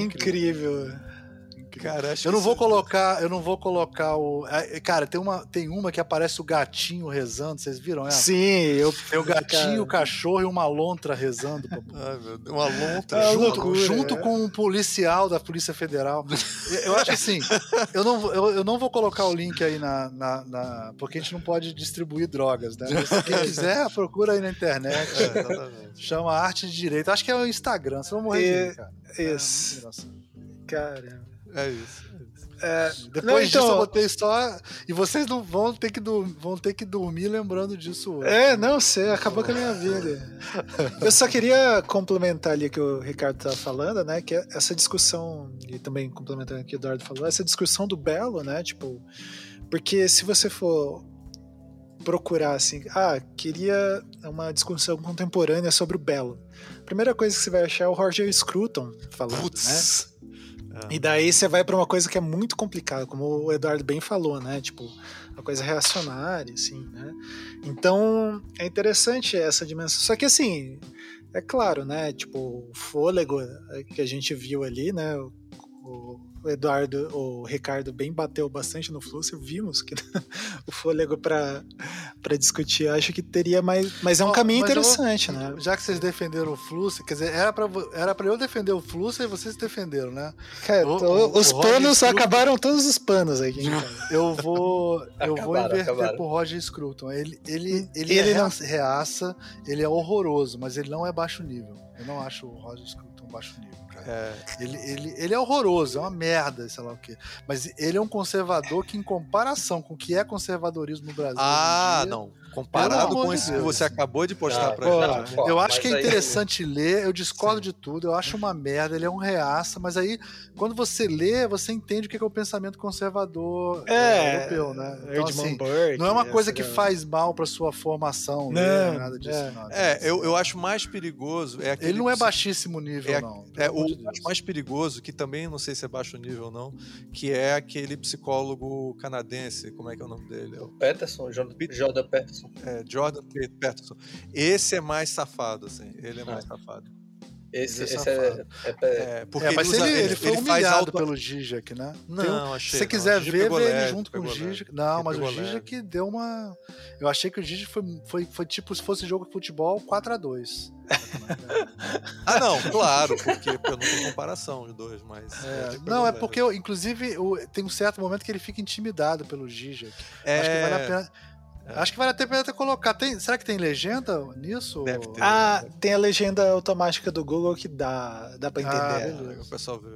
Cara, eu não vou colocar o... Cara, tem uma que aparece o gatinho rezando, vocês viram essa? Sim, tem o gatinho, o cachorro e uma lontra rezando. Ai, meu Deus, uma lontra. Junto com um policial da Polícia Federal. Eu acho assim, eu não vou colocar o link aí porque a gente não pode distribuir drogas, né? Mas se quem quiser, procura aí na internet. Chama Arte de Direito. Acho que é o Instagram, vocês vão morrer de rir, cara. Isso. Caramba. É isso. Depois disso eu botei só. E vocês não vão ter que dormir lembrando disso hoje. Acabou com a minha vida. Eu só queria complementar ali o que o Ricardo estava falando, né? Que essa discussão, e também complementando o que o Eduardo falou, essa discussão do belo, né? Tipo, porque se você for procurar assim, queria uma discussão contemporânea sobre o belo. A primeira coisa que você vai achar é o Roger Scruton falando, né? E daí você vai pra uma coisa que é muito complicada, como o Eduardo bem falou, né? Tipo, uma coisa reacionária, assim, né? Então, é interessante essa dimensão. Só que, assim, É claro, né? Tipo, o fôlego que a gente viu ali, né? O Ricardo bem bateu bastante no Flusser, vimos que o fôlego para discutir, acho que teria mais, mas é um caminho interessante, né? Já que vocês defenderam o Flusser, quer dizer, era para eu defender o Flusser e vocês defenderam, né? Cara, os panos acabaram todos os panos aqui. Eu vou inverter pro Roger Scruton. Ele é reaça, ele é horroroso, mas ele não é baixo nível. Eu não acho o Roger Scruton baixo nível. Ele é horroroso, é uma merda, sei lá o quê. Mas ele é um conservador que, em comparação com o que é conservadorismo no Brasil. Não. Comparado com isso que você acabou de postar pra gente. Eu acho que é interessante ler, eu discordo de tudo, eu acho uma merda, ele é um reaça, mas aí, quando você lê, você entende o que é o pensamento conservador europeu, né? Então, assim, não é uma coisa que faz mal pra sua formação, não, nada disso. Eu acho mais perigoso. Ele não é baixíssimo nível, não. Eu acho mais perigoso, que também não sei se é baixo nível ou não, que é aquele psicólogo canadense, como é que é o nome dele? O Peterson, Jordan Peterson. Jordan Peterson. Esse é mais safado, assim. Ele é mais safado. Esse porque ele foi humilhado pelo Zizek, né? Não, achei. Se você quiser ver ele junto com o Zizek. Não, mas o Zizek deu uma... Eu achei que o Zizek foi tipo se fosse jogo de futebol 4-2. Não, claro, porque não tem comparação os dois, mas... Não, é porque, inclusive, tem um certo momento que ele fica intimidado pelo Zizek. Acho que vale a pena... Acho que vale até a pena colocar. Será que tem legenda nisso? Deve ter. Tem a legenda automática do Google que dá pra entender. O pessoal vê.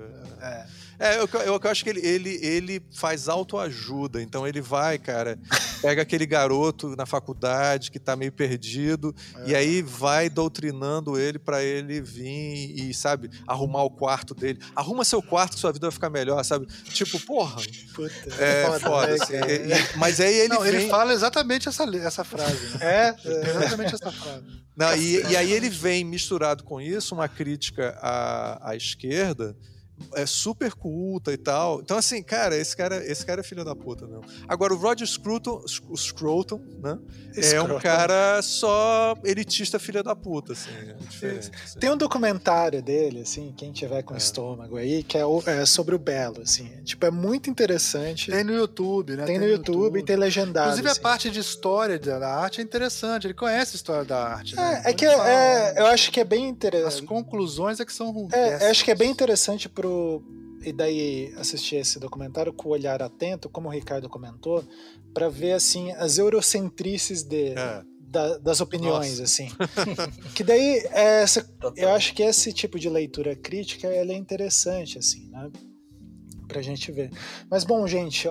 Eu acho que ele faz autoajuda. Então ele vai, cara, pega aquele garoto na faculdade que tá meio perdido e aí vai doutrinando ele pra ele vir e, sabe, arrumar o quarto dele. Arruma seu quarto que sua vida vai ficar melhor, sabe? Tipo, porra. Puta, foda. Assim, mas aí ele fala exatamente essa frase. Né? Exatamente essa frase. Não, e aí ele vem misturado com isso uma crítica à esquerda, super culta e tal. Então, assim, cara, esse cara é filho da puta, não. Agora, o Roger Scruton, né? É um cara só elitista filho da puta, assim. Diferente, assim. Tem um documentário dele, assim, quem tiver com estômago aí, que é sobre o Belo, assim. Tipo, é muito interessante. Tem no YouTube, né? Tem no YouTube e tem legendado. Inclusive, assim. A parte de história da arte é interessante. Ele conhece a história da arte, né? Eu acho que é bem interessante. As conclusões é que são ruins. Eu acho que é bem interessante e daí assistir esse documentário com o olhar atento, como o Ricardo comentou, para ver assim as eurocentrices das opiniões. Assim. Que daí eu acho que esse tipo de leitura crítica ela é interessante, assim, né? Pra gente ver. Mas bom, gente,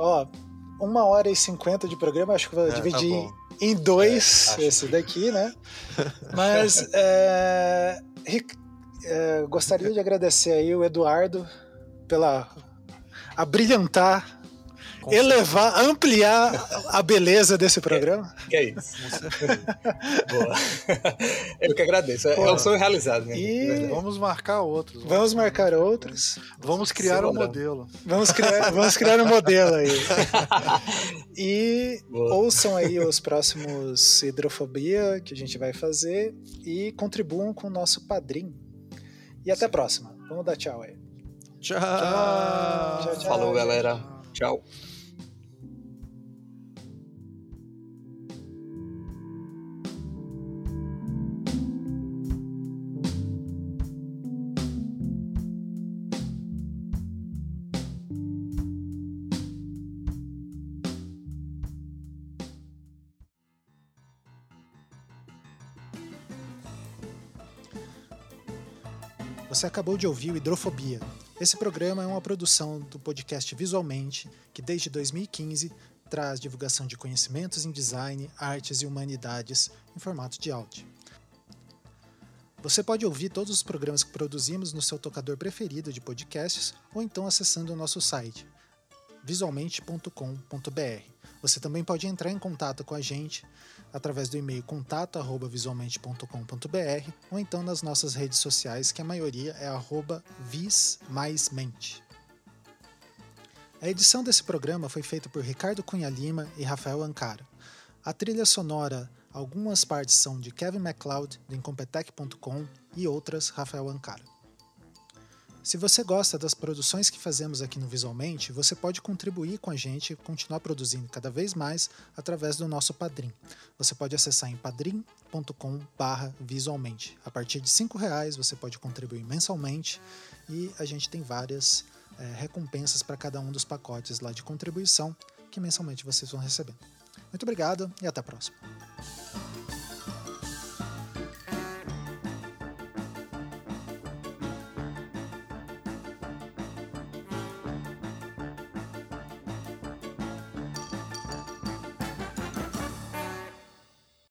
1h50 de programa, acho que vou dividir em 2 esse daqui, né? Mas gostaria de agradecer aí o Eduardo pela abrilhantar, elevar, ampliar a beleza desse programa. Que é isso. Boa. Eu que agradeço. É um sonho realizado, né? E vamos marcar outros. Vamos criar um modelo. Vamos criar um modelo aí. E ouçam aí os próximos Hidrofobia que a gente vai fazer e contribuam com o nosso padrinho. E até a próxima. Vamos dar tchau aí. Tchau. Falou, galera. Tchau. Você acabou de ouvir o Hidrofobia. Esse programa é uma produção do podcast Visualmente, que desde 2015 traz divulgação de conhecimentos em design, artes e humanidades em formato de áudio. Você pode ouvir todos os programas que produzimos no seu tocador preferido de podcasts ou então acessando o nosso site visualmente.com.br. Você também pode entrar em contato com a gente através do e-mail contato@visualmente.com.br ou então nas nossas redes sociais, que a maioria é @vismaismente. A edição desse programa foi feita por Ricardo Cunha Lima e Rafael Ancara. A trilha sonora, algumas partes são de Kevin MacLeod, do Incompetech.com, e outras Rafael Ancara. Se você gosta das produções que fazemos aqui no Visualmente, você pode contribuir com a gente e continuar produzindo cada vez mais através do nosso Padrim. Você pode acessar em padrim.com/visualmente. A partir de R$5 você pode contribuir mensalmente e a gente tem várias recompensas para cada um dos pacotes lá de contribuição que mensalmente vocês vão recebendo. Muito obrigado e até a próxima.